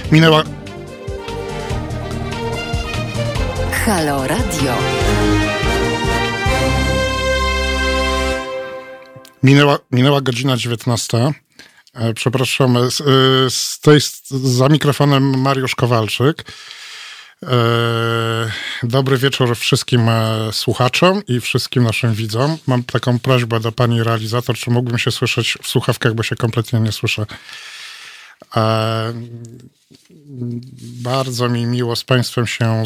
Minęła... Halo Radio. Minęła godzina 19. Przepraszam, za mikrofonem Mariusz Kowalczyk. Dobry wieczór wszystkim słuchaczom i wszystkim naszym widzom. Mam taką prośbę do pani realizator, czy mógłbym się słyszeć w słuchawkach, bo się kompletnie nie słyszę. Bardzo mi miło z państwem się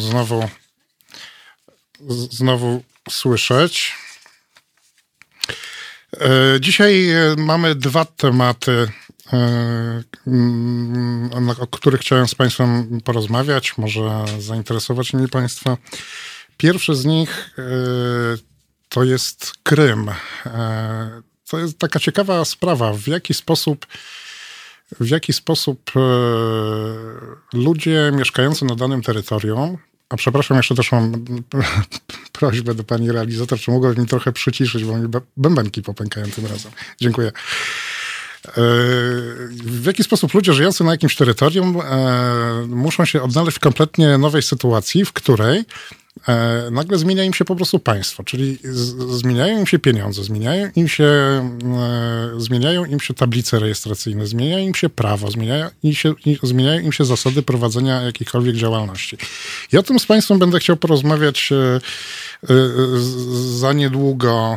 znowu słyszeć. Dzisiaj mamy dwa tematy, o których chciałem z państwem porozmawiać, może zainteresować nimi państwa. Pierwszy z nich to jest Krym. To jest taka ciekawa sprawa, w jaki sposób ludzie mieszkający na danym terytorium, a przepraszam, jeszcze też mam prośbę do pani realizator, czy mogłaby mi trochę przyciszyć, bo mi bębenki popękają tym razem. Dziękuję. W jaki sposób ludzie żyjący na jakimś terytorium muszą się odnaleźć w kompletnie nowej sytuacji, w której nagle zmienia im się po prostu państwo, czyli zmieniają im się pieniądze, zmieniają im się tablice rejestracyjne, zmienia im się prawo, zmieniają im się zasady prowadzenia jakichkolwiek działalności. I o tym z państwem będę chciał porozmawiać za niedługo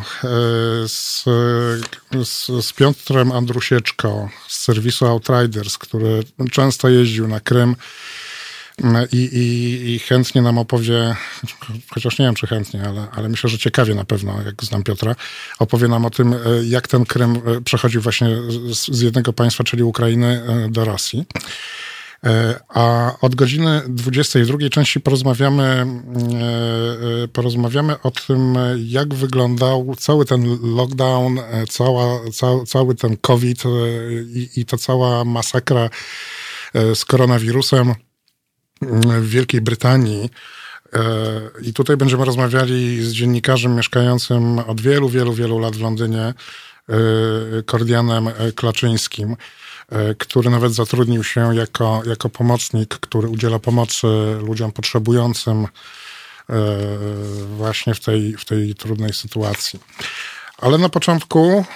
z Piotrem Andrusieczko z serwisu Outriders, który często jeździł na Krym i chętnie nam opowie, chociaż nie wiem, czy chętnie, ale myślę, że ciekawie na pewno, jak znam Piotra, opowie nam o tym, jak ten Krym przechodził właśnie z jednego państwa, czyli Ukrainy, do Rosji. A od godziny 22 części porozmawiamy o tym, jak wyglądał cały ten lockdown, cały ten COVID i ta cała masakra z koronawirusem w Wielkiej Brytanii. I tutaj będziemy rozmawiali z dziennikarzem mieszkającym od wielu lat w Londynie, Kordianem Klaczyńskim, który nawet zatrudnił się jako pomocnik, który udziela pomocy ludziom potrzebującym właśnie w tej trudnej sytuacji. Ale na początku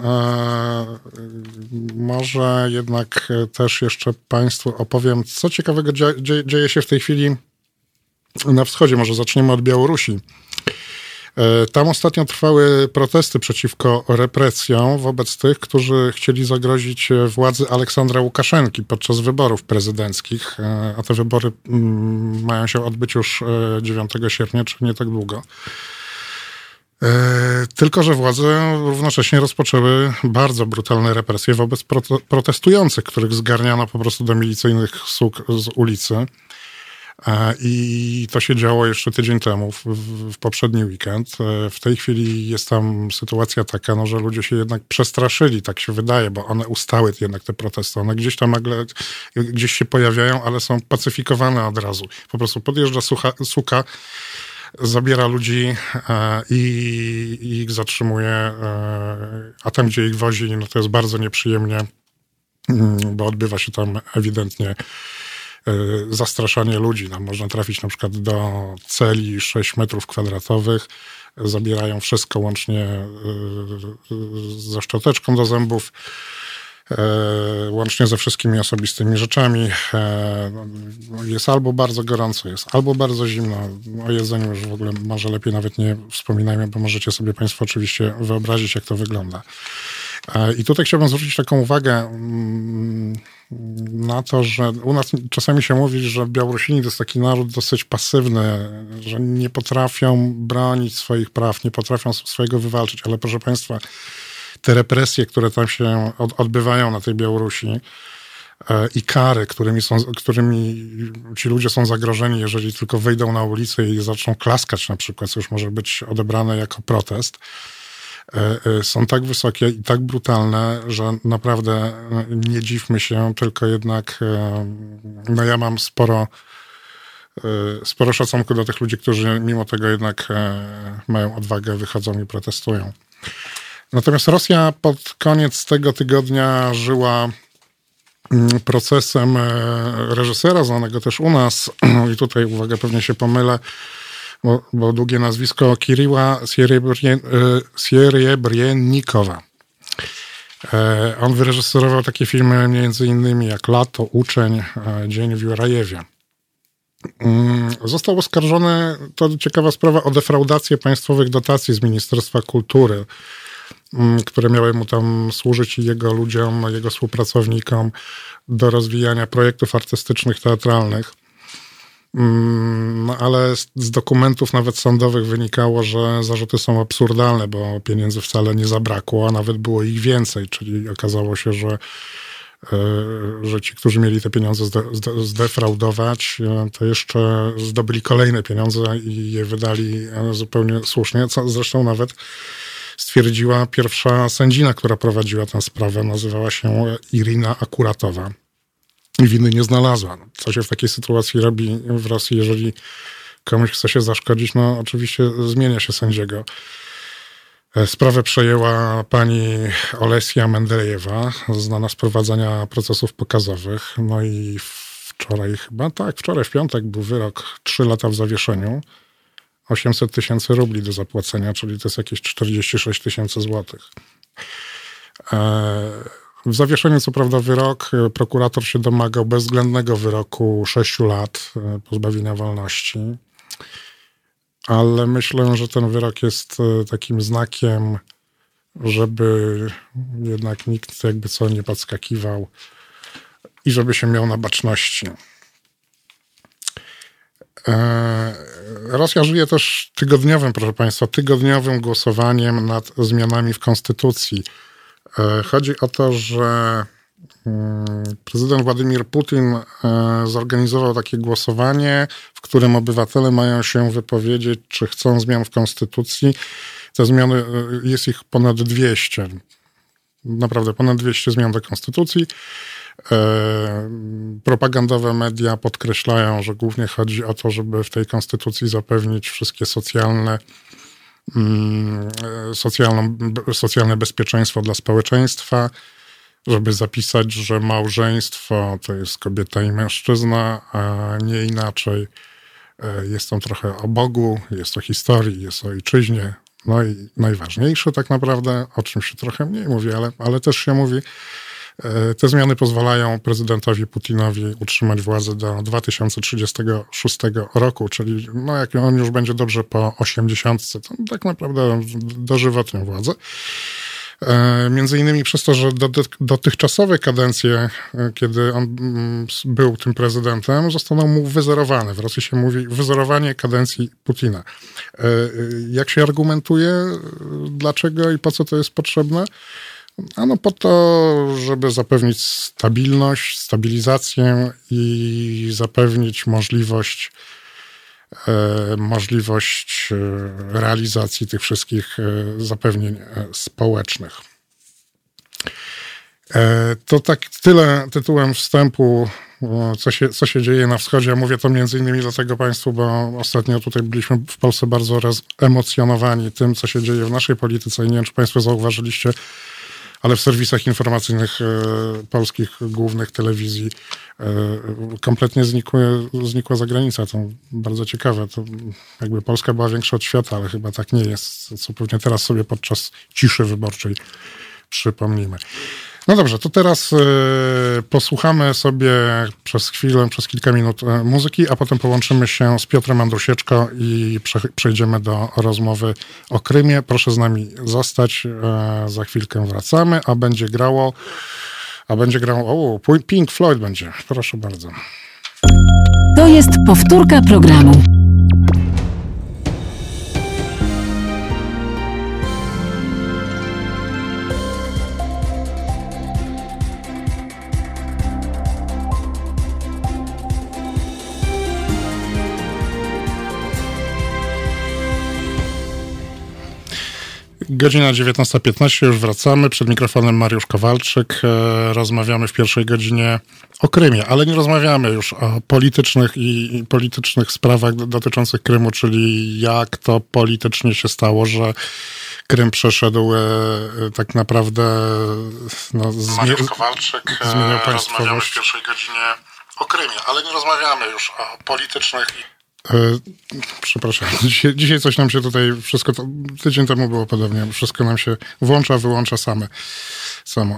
może jednak też jeszcze państwu opowiem, co ciekawego dzieje się w tej chwili na wschodzie. Może zaczniemy od Białorusi. Tam ostatnio trwały protesty przeciwko represjom wobec tych, którzy chcieli zagrozić władzy Aleksandra Łukaszenki podczas wyborów prezydenckich, a te wybory mają się odbyć już 9 sierpnia, czyli nie tak długo. Tylko że władze równocześnie rozpoczęły bardzo brutalne represje wobec protestujących, których zgarniano po prostu do milicyjnych suk z ulicy. I to się działo jeszcze tydzień temu, w poprzedni weekend. W tej chwili jest tam sytuacja taka, no, że ludzie się jednak przestraszyli, tak się wydaje, bo one ustały jednak te protesty. One gdzieś tam nagle gdzieś się pojawiają, ale są pacyfikowane od razu. Po prostu podjeżdża suka, zabiera ludzi i ich zatrzymuje, a tam, gdzie ich wozi, no to jest bardzo nieprzyjemnie, bo odbywa się tam ewidentnie zastraszanie ludzi. Tam można trafić na przykład do celi 6 metrów kwadratowych, zabierają wszystko łącznie ze szczoteczką do zębów, łącznie ze wszystkimi osobistymi rzeczami. Jest albo bardzo gorąco, jest albo bardzo zimno. O jedzeniu już w ogóle może lepiej nawet nie wspominajmy, bo możecie sobie państwo oczywiście wyobrazić, jak to wygląda. I tutaj chciałbym zwrócić taką uwagę na to, że u nas czasami się mówi, że Białorusini to jest taki naród dosyć pasywny, że nie potrafią bronić swoich praw, nie potrafią swojego wywalczyć, ale proszę państwa, te represje, które tam się odbywają na tej Białorusi i kary, którymi ci ludzie są zagrożeni, jeżeli tylko wyjdą na ulicę i zaczną klaskać na przykład, co już może być odebrane jako protest, są tak wysokie i tak brutalne, że naprawdę nie dziwmy się, tylko jednak no ja mam sporo szacunku do tych ludzi, którzy mimo tego jednak mają odwagę, wychodzą i protestują. Natomiast Rosja pod koniec tego tygodnia żyła procesem reżysera, znanego też u nas, i tutaj, uwaga, pewnie się pomylę, bo długie nazwisko, Kiryła Sieriebrennikowa. On wyreżyserował takie filmy między innymi jak Lato, Uczeń, Dzień w Jurajewie. Został oskarżony, to ciekawa sprawa, o defraudację państwowych dotacji z Ministerstwa Kultury, które miały mu tam służyć i jego ludziom, jego współpracownikom do rozwijania projektów artystycznych, teatralnych. Ale z dokumentów nawet sądowych wynikało, że zarzuty są absurdalne, bo pieniędzy wcale nie zabrakło, a nawet było ich więcej, czyli okazało się, że ci, którzy mieli te pieniądze zdefraudować, to jeszcze zdobyli kolejne pieniądze i je wydali zupełnie słusznie, co zresztą nawet stwierdziła pierwsza sędzina, która prowadziła tę sprawę. Nazywała się Irina Akuratowa i winy nie znalazła. Co się w takiej sytuacji robi w Rosji, jeżeli komuś chce się zaszkodzić? No oczywiście zmienia się sędziego. Sprawę przejęła pani Olesja Mendelejewa, znana z prowadzenia procesów pokazowych. No i wczoraj w piątek był wyrok 3 lata w zawieszeniu. 800 000 rubli do zapłacenia, czyli to jest jakieś 46 000 złotych. W zawieszeniu co prawda wyrok, prokurator się domagał bezwzględnego wyroku 6 lat pozbawienia wolności, ale myślę, że ten wyrok jest takim znakiem, żeby jednak nikt jakby co nie podskakiwał i żeby się miał na baczności. Rosja żyje też tygodniowym głosowaniem nad zmianami w konstytucji. Chodzi o to, że prezydent Władimir Putin zorganizował takie głosowanie, w którym obywatele mają się wypowiedzieć, czy chcą zmian w konstytucji. Te zmiany, jest ich ponad 200. Naprawdę ponad 200 zmian do konstytucji. Propagandowe media podkreślają, że głównie chodzi o to, żeby w tej konstytucji zapewnić wszystkie socjalne bezpieczeństwo dla społeczeństwa, żeby zapisać, że małżeństwo to jest kobieta i mężczyzna, a nie inaczej. Jest tam trochę o Bogu, jest o historii, jest o ojczyźnie. No i najważniejsze tak naprawdę, o czym się trochę mniej mówi, ale też się mówi, te zmiany pozwalają prezydentowi Putinowi utrzymać władzę do 2036 roku, czyli no jak on już będzie dobrze po 80, to tak naprawdę dożywotnią władzę. Między innymi przez to, że dotychczasowe kadencje, kiedy on był tym prezydentem, zostaną mu wyzerowane. W Rosji się mówi wyzerowanie kadencji Putina. Jak się argumentuje, dlaczego i po co to jest potrzebne? Ano po to, żeby zapewnić stabilność, stabilizację i zapewnić możliwość realizacji tych wszystkich zapewnień społecznych. To tak tyle tytułem wstępu, co się dzieje na wschodzie. Ja mówię to między innymi dlatego Państwu, bo ostatnio tutaj byliśmy w Polsce bardzo emocjonowani tym, co się dzieje w naszej polityce i nie wiem, czy Państwo zauważyliście, ale w serwisach informacyjnych polskich głównych telewizji kompletnie znikła zagranica. To bardzo ciekawe. To jakby Polska była większa od świata, ale chyba tak nie jest, co pewnie teraz sobie podczas ciszy wyborczej przypomnimy. No dobrze, to teraz posłuchamy sobie przez chwilę, przez kilka minut muzyki, a potem połączymy się z Piotrem Andrusieczko i przejdziemy do rozmowy o Krymie. Proszę z nami zostać, za chwilkę wracamy, a będzie grało, Pink Floyd będzie. Proszę bardzo. To jest powtórka programu. Godzina 19:15, już wracamy. Przed mikrofonem Mariusz Kowalczyk. Rozmawiamy w pierwszej godzinie o Krymie, ale nie rozmawiamy już o politycznych sprawach dotyczących Krymu, czyli jak to politycznie się stało, że Krym przeszedł tak naprawdę Mariusz Kowalczyk zmieniał państwowość. Rozmawiamy w pierwszej godzinie o Krymie, ale nie rozmawiamy już o politycznych... Przepraszam, dzisiaj coś nam się tutaj wszystko, tydzień temu było podobnie, wszystko nam się włącza, wyłącza samo.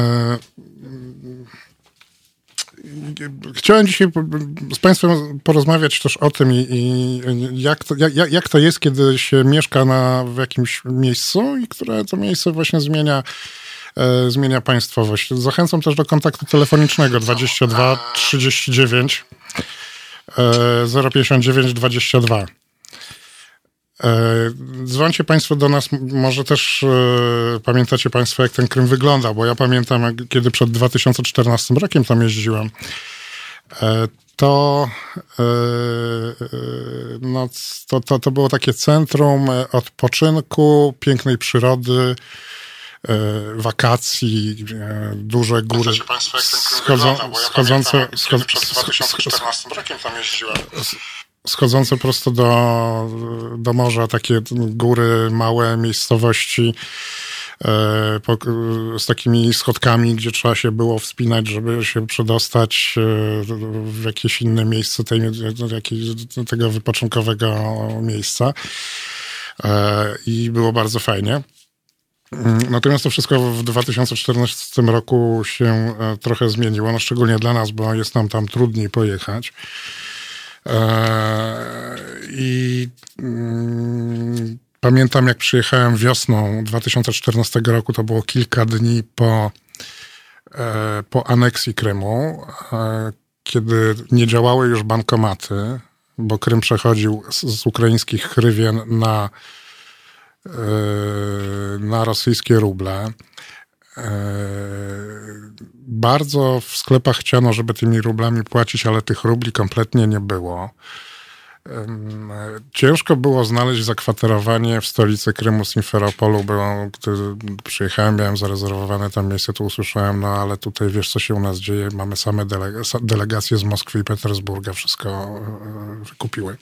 Chciałem dzisiaj z Państwem porozmawiać też o tym i jak to jest, kiedy się mieszka w jakimś miejscu i które to miejsce właśnie zmienia państwowość. Zachęcam też do kontaktu telefonicznego 22 39 059 22. Dzwońcie Państwo do nas, może też pamiętacie Państwo, jak ten Krym wyglądał, bo ja pamiętam, kiedy przed 2014 rokiem tam jeździłem, to było takie centrum odpoczynku, pięknej przyrody, wakacji, duże góry Państwo, jak ten Krym wyglądał, bo ja pamiętam, kiedy przed 2014 rokiem tam jeździłem. Schodzące prosto do morza, takie góry, małe miejscowości z takimi schodkami, gdzie trzeba się było wspinać, żeby się przedostać w jakieś inne miejsce tego wypoczynkowego miejsca. I było bardzo fajnie. Natomiast to wszystko w 2014 roku się trochę zmieniło, no szczególnie dla nas, bo jest nam tam trudniej pojechać. I pamiętam, jak przyjechałem wiosną 2014 roku, to było kilka dni po aneksji Krymu, kiedy nie działały już bankomaty, bo Krym przechodził z ukraińskich hrywien na rosyjskie ruble. Bardzo w sklepach chciano, żeby tymi rublami płacić, ale tych rubli kompletnie nie było. Ciężko było znaleźć zakwaterowanie w stolicy Krymu, Simferopolu, bo gdy przyjechałem, miałem zarezerwowane tam miejsce, to usłyszałem, no ale tutaj wiesz, co się u nas dzieje, mamy same delegacje z Moskwy i Petersburga, wszystko wykupiły.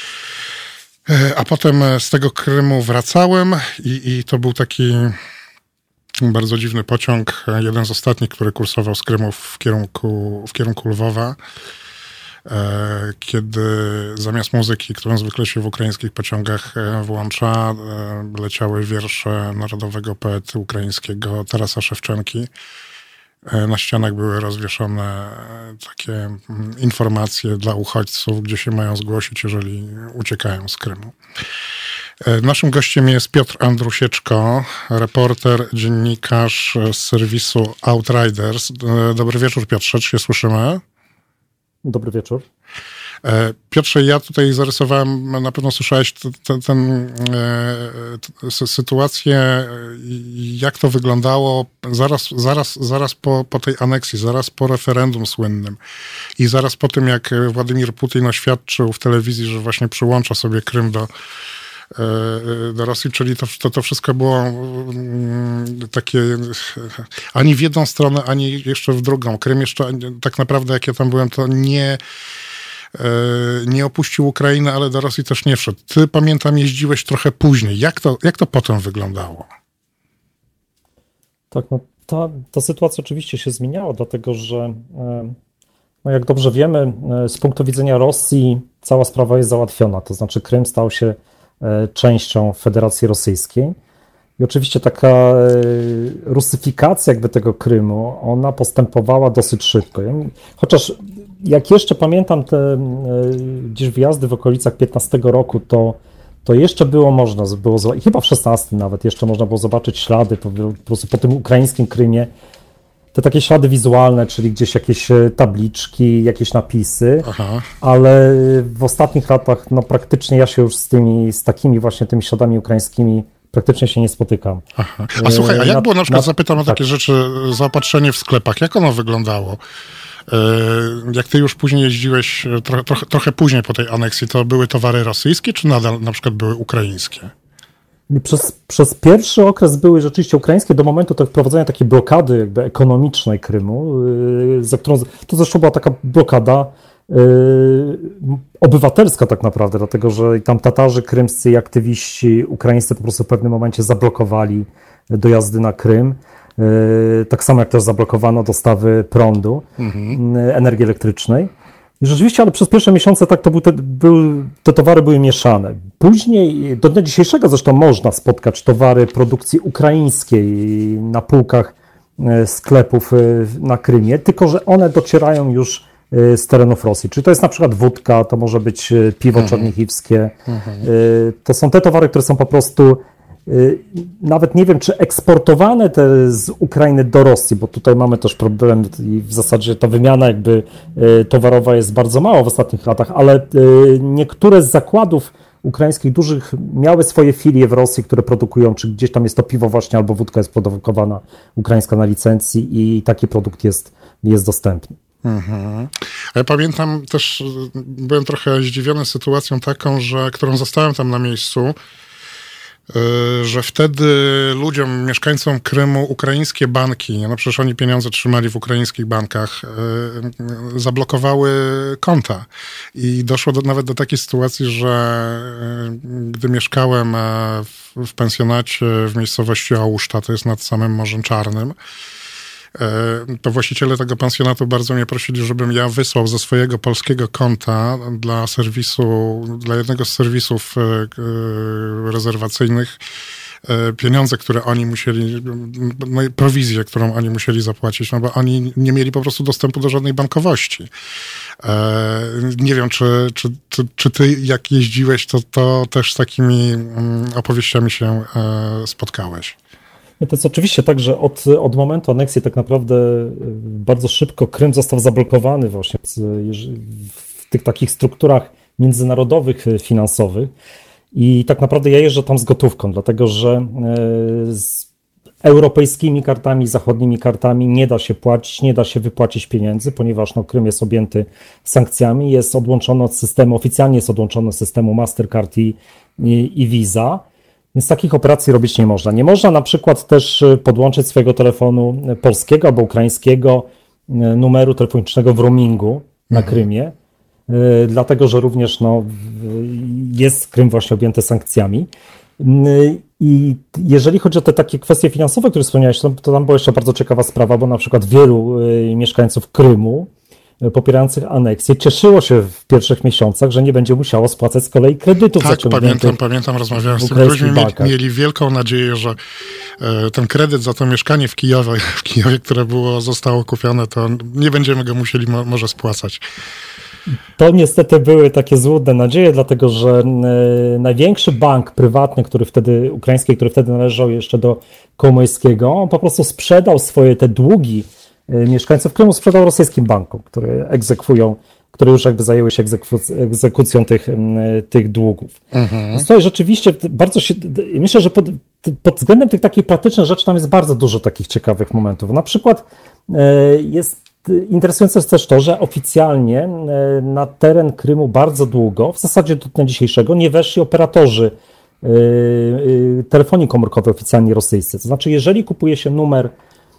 A potem z tego Krymu wracałem i to był taki bardzo dziwny pociąg, jeden z ostatnich, który kursował z Krymu w kierunku Lwowa, kiedy zamiast muzyki, którą zwykle się w ukraińskich pociągach włącza, leciały wiersze narodowego poety ukraińskiego Tarasa Szewczenki. Na ścianach były rozwieszone takie informacje dla uchodźców, gdzie się mają zgłosić, jeżeli uciekają z Krymu. Naszym gościem jest Piotr Andrusieczko, reporter, dziennikarz z serwisu Outriders. Dobry wieczór, Piotrze, czy się słyszymy? Dobry wieczór. Piotrze, ja tutaj zarysowałem, na pewno słyszałeś sytuację, jak to wyglądało zaraz po tej aneksji, zaraz po referendum słynnym i zaraz po tym, jak Władimir Putin oświadczył w telewizji, że właśnie przyłącza sobie Krym do Rosji, czyli to wszystko było takie ani w jedną stronę, ani jeszcze w drugą. Krym jeszcze tak naprawdę, jak ja tam byłem, to nie opuścił Ukrainy, ale do Rosji też nie wszedł. Ty, pamiętam, jeździłeś trochę później. Jak to potem wyglądało? Tak, no ta sytuacja oczywiście się zmieniała, dlatego że no jak dobrze wiemy, z punktu widzenia Rosji cała sprawa jest załatwiona. To znaczy Krym stał się częścią Federacji Rosyjskiej. I oczywiście taka rusyfikacja jakby tego Krymu, ona postępowała dosyć szybko. Chociaż jak jeszcze pamiętam te gdzieś wyjazdy w okolicach 15 roku, to jeszcze można było, chyba w 16 nawet, jeszcze można było zobaczyć ślady po prostu po tym ukraińskim Krymie. Te takie ślady wizualne, czyli gdzieś jakieś tabliczki, jakieś napisy, Aha. Ale w ostatnich latach no praktycznie ja się już z takimi właśnie tymi śladami ukraińskimi praktycznie się nie spotykam. Aha. A słuchaj, a jak było na przykład, zapytam o takie rzeczy, zaopatrzenie w sklepach, jak ono wyglądało? Jak ty już później jeździłeś, trochę później po tej aneksji, to były towary rosyjskie, czy nadal na przykład były ukraińskie? Przez pierwszy okres były rzeczywiście ukraińskie, do momentu wprowadzenia takiej blokady jakby ekonomicznej Krymu, za którą to zresztą była taka blokada obywatelska tak naprawdę, dlatego że tam Tatarzy krymscy i aktywiści ukraińscy po prostu w pewnym momencie zablokowali dojazdy na Krym. Tak samo jak też zablokowano dostawy prądu, energii elektrycznej. I rzeczywiście, ale przez pierwsze miesiące tak to te towary były mieszane. Później, do dnia dzisiejszego zresztą można spotkać towary produkcji ukraińskiej na półkach sklepów na Krymie, tylko że one docierają już z terenów Rosji. Czyli to jest na przykład wódka, to może być piwo czernichowskie. To są te towary, które są po prostu nawet nie wiem, czy eksportowane te z Ukrainy do Rosji, bo tutaj mamy też problem i w zasadzie ta wymiana jakby towarowa jest bardzo mała w ostatnich latach, ale niektóre z zakładów ukraińskich dużych miały swoje filie w Rosji, które produkują, czy gdzieś tam jest to piwo właśnie, albo wódka jest produkowana ukraińska na licencji i taki produkt jest dostępny. A ja pamiętam też, byłem trochę zdziwiony sytuacją taką, którą zastałem tam na miejscu, że wtedy ludziom, mieszkańcom Krymu, ukraińskie banki, no przecież oni pieniądze trzymali w ukraińskich bankach, zablokowały konta. I doszło nawet do takiej sytuacji, że gdy mieszkałem w pensjonacie w miejscowości Ałuszta, to jest nad samym Morzem Czarnym, to właściciele tego pensjonatu bardzo mnie prosili, żebym ja wysłał ze swojego polskiego konta dla jednego z serwisów rezerwacyjnych pieniądze, które oni musieli, no i prowizję, którą oni musieli zapłacić, no bo oni nie mieli po prostu dostępu do żadnej bankowości. Nie wiem, czy ty jak jeździłeś, to też z takimi opowieściami się spotkałeś. To jest oczywiście tak, że od momentu aneksji tak naprawdę bardzo szybko Krym został zablokowany właśnie w tych takich strukturach międzynarodowych, finansowych i tak naprawdę ja jeżdżę tam z gotówką, dlatego że z europejskimi kartami, zachodnimi kartami nie da się płacić, nie da się wypłacić pieniędzy, ponieważ Krym jest objęty sankcjami, jest odłączony od systemu, oficjalnie jest odłączony od systemu Mastercard i Visa. Więc takich operacji robić nie można. Nie można na przykład też podłączyć swojego telefonu polskiego albo ukraińskiego numeru telefonicznego w roamingu na Krymie, dlatego że również jest Krym właśnie objęty sankcjami. I jeżeli chodzi o te takie kwestie finansowe, które wspomniałeś, to tam była jeszcze bardzo ciekawa sprawa, bo na przykład wielu mieszkańców Krymu popierających aneksję cieszyło się w pierwszych miesiącach, że nie będzie musiało spłacać z kolei kredytów zaciągniętych. Pamiętam, rozmawiałem z tymi ludźmi, mieli wielką nadzieję, że ten kredyt za to mieszkanie w Kijowie, które zostało kupione, to nie będziemy go musieli może spłacać. To niestety były takie złudne nadzieje, dlatego że największy bank prywatny, ukraiński, który wtedy należał jeszcze do Kołomojskiego, on po prostu sprzedał swoje te długi mieszkańców Krymu, sprzedał rosyjskim bankom, które już jakby zajęły się egzekucją tych długów. Więc tutaj rzeczywiście myślę, że pod względem tych takich praktycznych rzeczy tam jest bardzo dużo takich ciekawych momentów. Na przykład interesujące jest też to, że oficjalnie na teren Krymu bardzo długo, w zasadzie do dnia dzisiejszego, nie weszli operatorzy telefonii komórkowej oficjalnie rosyjscy. To znaczy, jeżeli kupuje się numer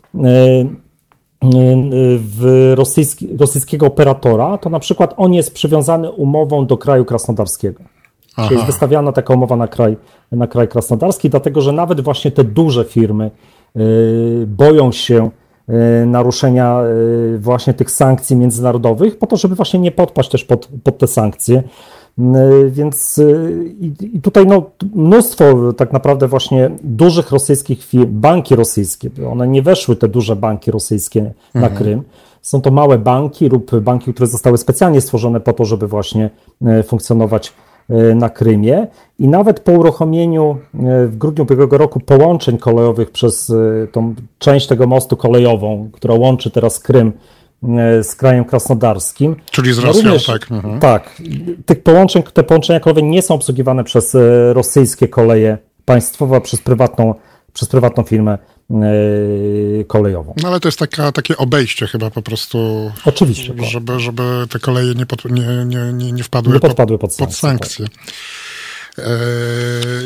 rosyjskiego operatora, to na przykład on jest przywiązany umową do kraju krasnodarskiego. Czyli jest wystawiana taka umowa na kraj krasnodarski, dlatego że nawet właśnie te duże firmy boją się naruszenia właśnie tych sankcji międzynarodowych, po to, żeby właśnie nie podpaść też pod te sankcje. Więc i tutaj mnóstwo tak naprawdę właśnie dużych rosyjskich firm, banki rosyjskie, one nie weszły, te duże banki rosyjskie na Krym. Są to małe banki lub banki, które zostały specjalnie stworzone po to, żeby właśnie funkcjonować na Krymie. I nawet po uruchomieniu w grudniu ubiegłego roku połączeń kolejowych przez tą część tego mostu kolejową, która łączy teraz Krym z krajem krasnodarskim. Czyli z Rosją, również, tak. Tak. Te połączenia kolejowe nie są obsługiwane przez rosyjskie koleje państwowe, a przez prywatną firmę kolejową. No ale to jest takie obejście chyba po prostu. Oczywiście. Żeby te koleje nie wpadły pod sankcje. Tak.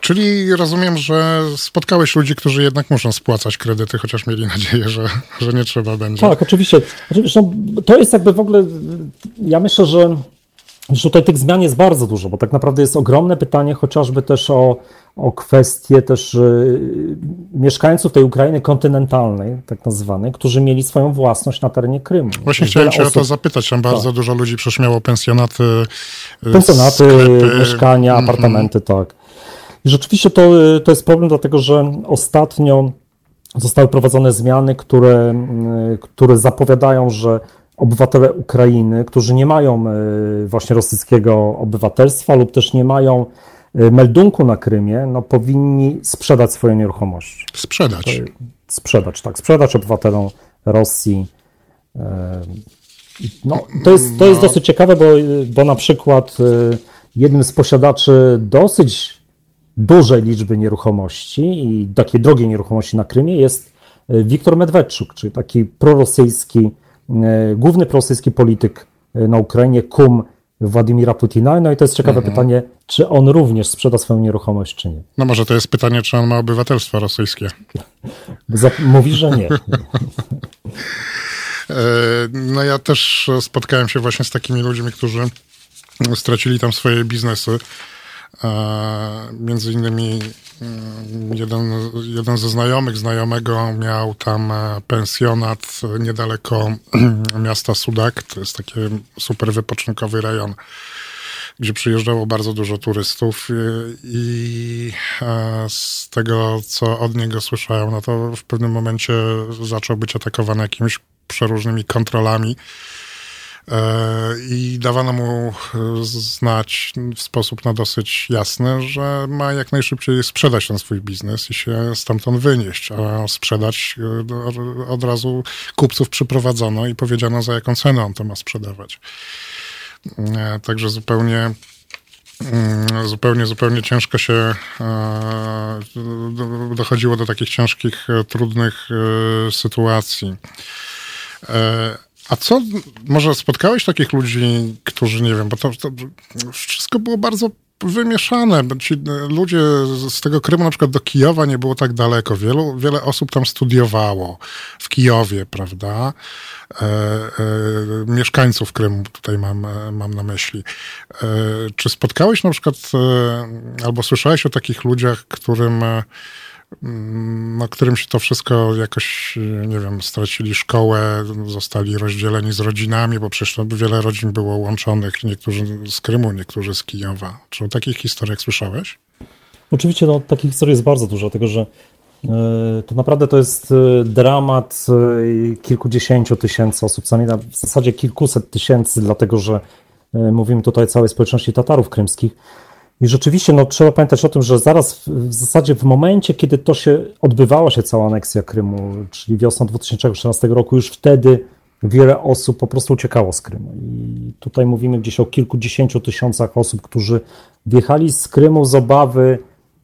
Czyli rozumiem, że spotkałeś ludzi, którzy jednak muszą spłacać kredyty, chociaż mieli nadzieję, że nie trzeba będzie. Tak, oczywiście. Zresztą to jest jakby w ogóle, ja myślę, że tutaj tych zmian jest bardzo dużo, bo tak naprawdę jest ogromne pytanie chociażby też o kwestie też mieszkańców tej Ukrainy kontynentalnej, tak nazywanej, którzy mieli swoją własność na terenie Krymu. Właśnie chciałem cię o to zapytać, tam bardzo dużo ludzi przecież miało pensjonaty, sklepy, mieszkania, apartamenty, tak. I rzeczywiście to jest problem, dlatego że ostatnio zostały prowadzone zmiany, które zapowiadają, że obywatele Ukrainy, którzy nie mają właśnie rosyjskiego obywatelstwa lub też nie mają meldunku na Krymie, no powinni sprzedać swoje nieruchomości. Sprzedać obywatelom Rosji. No, to jest dosyć ciekawe, bo na przykład jednym z posiadaczy dosyć dużej liczby nieruchomości i takiej drogiej nieruchomości na Krymie jest Wiktor Medwedczuk, czyli taki główny prorosyjski polityk na Ukrainie, kum Władimira Putina. No i to jest ciekawe pytanie, czy on również sprzeda swoją nieruchomość, czy nie. No może to jest pytanie, czy on ma obywatelstwo rosyjskie. Mówi, że nie. No ja też spotkałem się właśnie z takimi ludźmi, którzy stracili tam swoje biznesy. Między innymi jeden ze znajomego miał tam pensjonat niedaleko miasta Sudak. To jest taki super wypoczynkowy rejon, gdzie przyjeżdżało bardzo dużo turystów i z tego, co od niego słyszałem, no to w pewnym momencie zaczął być atakowany jakimiś przeróżnymi kontrolami. I dawano mu znać w sposób dosyć jasny, że ma jak najszybciej sprzedać ten swój biznes i się stamtąd wynieść, a sprzedać od razu kupców przyprowadzono i powiedziano, za jaką cenę on to ma sprzedawać. Także zupełnie ciężko się dochodziło do takich ciężkich, trudnych sytuacji. A co, może spotkałeś takich ludzi, którzy, nie wiem, bo to wszystko było bardzo wymieszane. Ci ludzie z tego Krymu na przykład do Kijowa nie było tak daleko. Wiele osób tam studiowało w Kijowie, prawda? Mieszkańców Krymu tutaj mam na myśli. Czy spotkałeś na przykład albo słyszałeś o takich ludziach, którym się to wszystko jakoś, nie wiem, stracili szkołę, zostali rozdzieleni z rodzinami, bo przecież wiele rodzin było łączonych, niektórzy z Krymu, niektórzy z Kijowa. Czy o takich historiach słyszałeś? Oczywiście takich historii jest bardzo dużo, dlatego że to naprawdę to jest dramat kilkudziesięciu tysięcy osób, w zasadzie kilkuset tysięcy, dlatego że mówimy tutaj o całej społeczności Tatarów krymskich. I rzeczywiście trzeba pamiętać o tym, że zaraz w zasadzie w momencie, kiedy odbywała się cała aneksja Krymu, czyli wiosną 2014 roku, już wtedy wiele osób po prostu uciekało z Krymu. I tutaj mówimy gdzieś o kilkudziesięciu tysiącach osób, którzy wjechali z Krymu z obawy,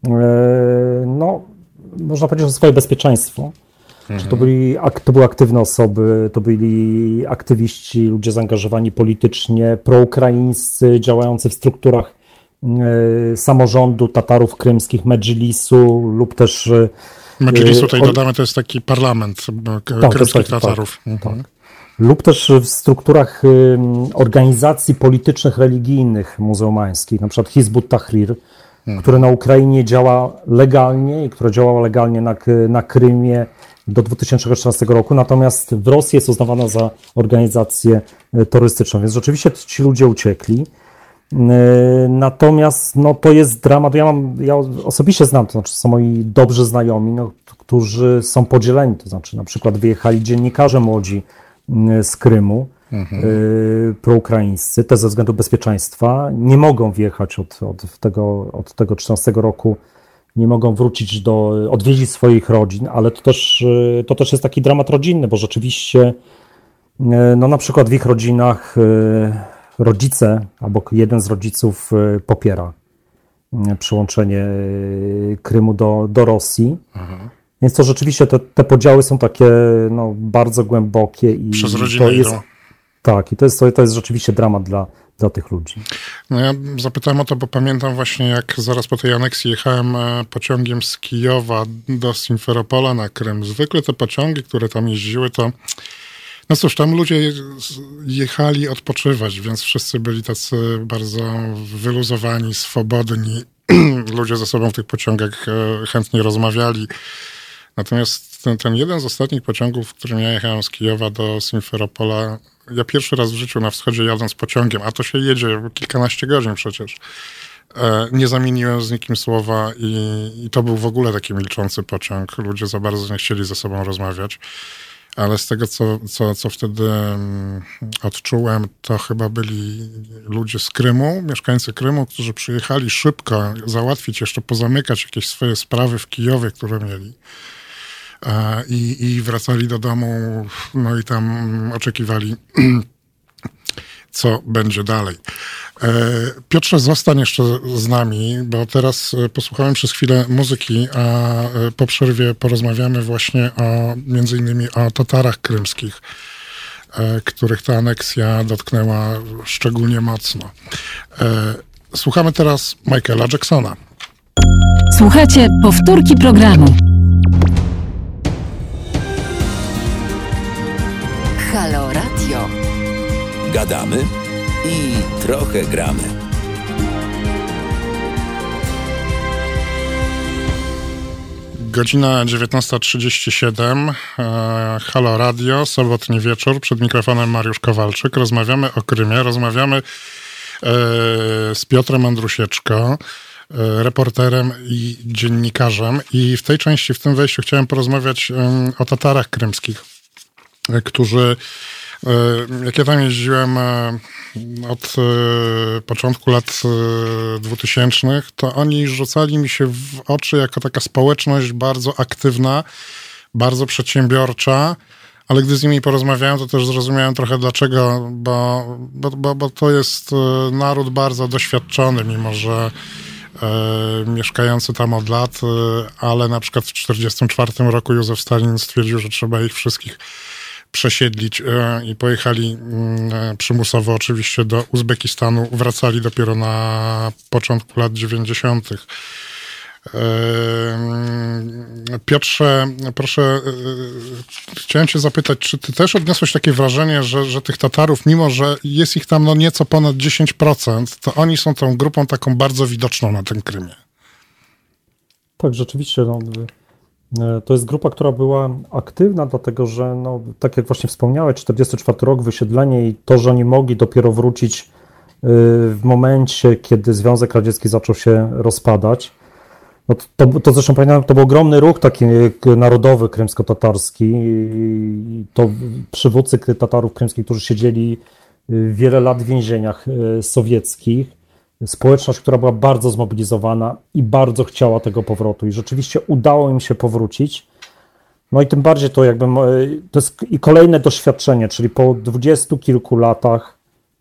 można powiedzieć, o swoje bezpieczeństwo. Czy to były aktywne osoby, to byli aktywiści, ludzie zaangażowani politycznie, proukraińscy, działający w strukturach samorządu Tatarów krymskich, Medżlisu lub też... Medżlisu, tutaj dodamy, to jest taki parlament krymskich Tatarów. Tak. Lub też w strukturach organizacji politycznych, religijnych, muzułmańskich, na przykład Hizb ut-Tahrir, które na Ukrainie działa legalnie i które działało legalnie na Krymie do 2014 roku, natomiast w Rosji jest uznawana za organizację terrorystyczną, więc rzeczywiście ci ludzie uciekli. Natomiast to jest dramat. Ja osobiście znam, to znaczy są moi dobrzy znajomi, którzy są podzieleni, to znaczy na przykład wyjechali dziennikarze młodzi z Krymu, proukraińscy, też ze względu bezpieczeństwa, nie mogą wjechać od tego 13 roku, nie mogą wrócić odwiedzić swoich rodzin, ale to też jest taki dramat rodzinny, bo rzeczywiście na przykład w ich rodzinach rodzice albo jeden z rodziców popiera przyłączenie Krymu do Rosji. Więc to rzeczywiście te podziały są takie bardzo głębokie. I przez rodzinę to jest rzeczywiście dramat dla tych ludzi. No ja zapytałem o to, bo pamiętam właśnie, jak zaraz po tej aneksji jechałem pociągiem z Kijowa do Simferopola na Krym. Zwykle te pociągi, które tam jeździły, to no cóż, tam ludzie jechali odpoczywać, więc wszyscy byli tacy bardzo wyluzowani, swobodni. Ludzie ze sobą w tych pociągach chętnie rozmawiali. Natomiast ten jeden z ostatnich pociągów, w którym ja jechałem z Kijowa do Simferopola, ja pierwszy raz w życiu na wschodzie jadąc pociągiem, a to się jedzie kilkanaście godzin przecież, nie zamieniłem z nikim słowa i to był w ogóle taki milczący pociąg. Ludzie za bardzo nie chcieli ze sobą rozmawiać. Ale z tego, co wtedy odczułem, to chyba byli ludzie z Krymu, mieszkańcy Krymu, którzy przyjechali szybko załatwić, jeszcze pozamykać jakieś swoje sprawy w Kijowie, które mieli. I wracali do domu, no i tam oczekiwali, co będzie dalej. Piotrze, zostań jeszcze z nami, bo teraz posłuchałem przez chwilę muzyki, a po przerwie porozmawiamy właśnie między innymi o Tatarach krymskich, których ta aneksja dotknęła szczególnie mocno. Słuchamy teraz Michaela Jacksona. Słuchacie powtórki programu. Halo Radio. Gadamy i trochę gramy. Godzina 19:37. Halo Radio, sobotni wieczór. Przed mikrofonem Mariusz Kowalczyk. Rozmawiamy o Krymie. Rozmawiamy z Piotrem Andrusieczko, reporterem i dziennikarzem. I w tej części, w tym wejściu chciałem porozmawiać o Tatarach krymskich, którzy, jak ja tam jeździłem od początku lat 2000, to oni rzucali mi się w oczy jako taka społeczność bardzo aktywna, bardzo przedsiębiorcza, ale gdy z nimi porozmawiałem, to też zrozumiałem trochę dlaczego, bo to jest naród bardzo doświadczony, mimo że mieszkający tam od lat, ale na przykład w 1944 roku Józef Stalin stwierdził, że trzeba ich wszystkich przesiedlić i pojechali przymusowo oczywiście do Uzbekistanu. Wracali dopiero na początku lat 90. Piotrze, proszę, chciałem cię zapytać, czy ty też odniosłeś takie wrażenie, że tych Tatarów, mimo że jest ich tam nieco ponad 10%, to oni są tą grupą taką bardzo widoczną na tym Krymie? Tak, rzeczywiście. To jest grupa, która była aktywna, dlatego że, tak jak właśnie wspomniałeś, 1944 rok, wysiedlenie i to, że oni mogli dopiero wrócić w momencie, kiedy Związek Radziecki zaczął się rozpadać. To zresztą pamiętam, to był ogromny ruch taki narodowy krymsko-tatarski. To przywódcy Tatarów krymskich, którzy siedzieli wiele lat w więzieniach sowieckich. Społeczność, która była bardzo zmobilizowana i bardzo chciała tego powrotu i rzeczywiście udało im się powrócić. No i tym bardziej to jest i kolejne doświadczenie, czyli po 20 kilku latach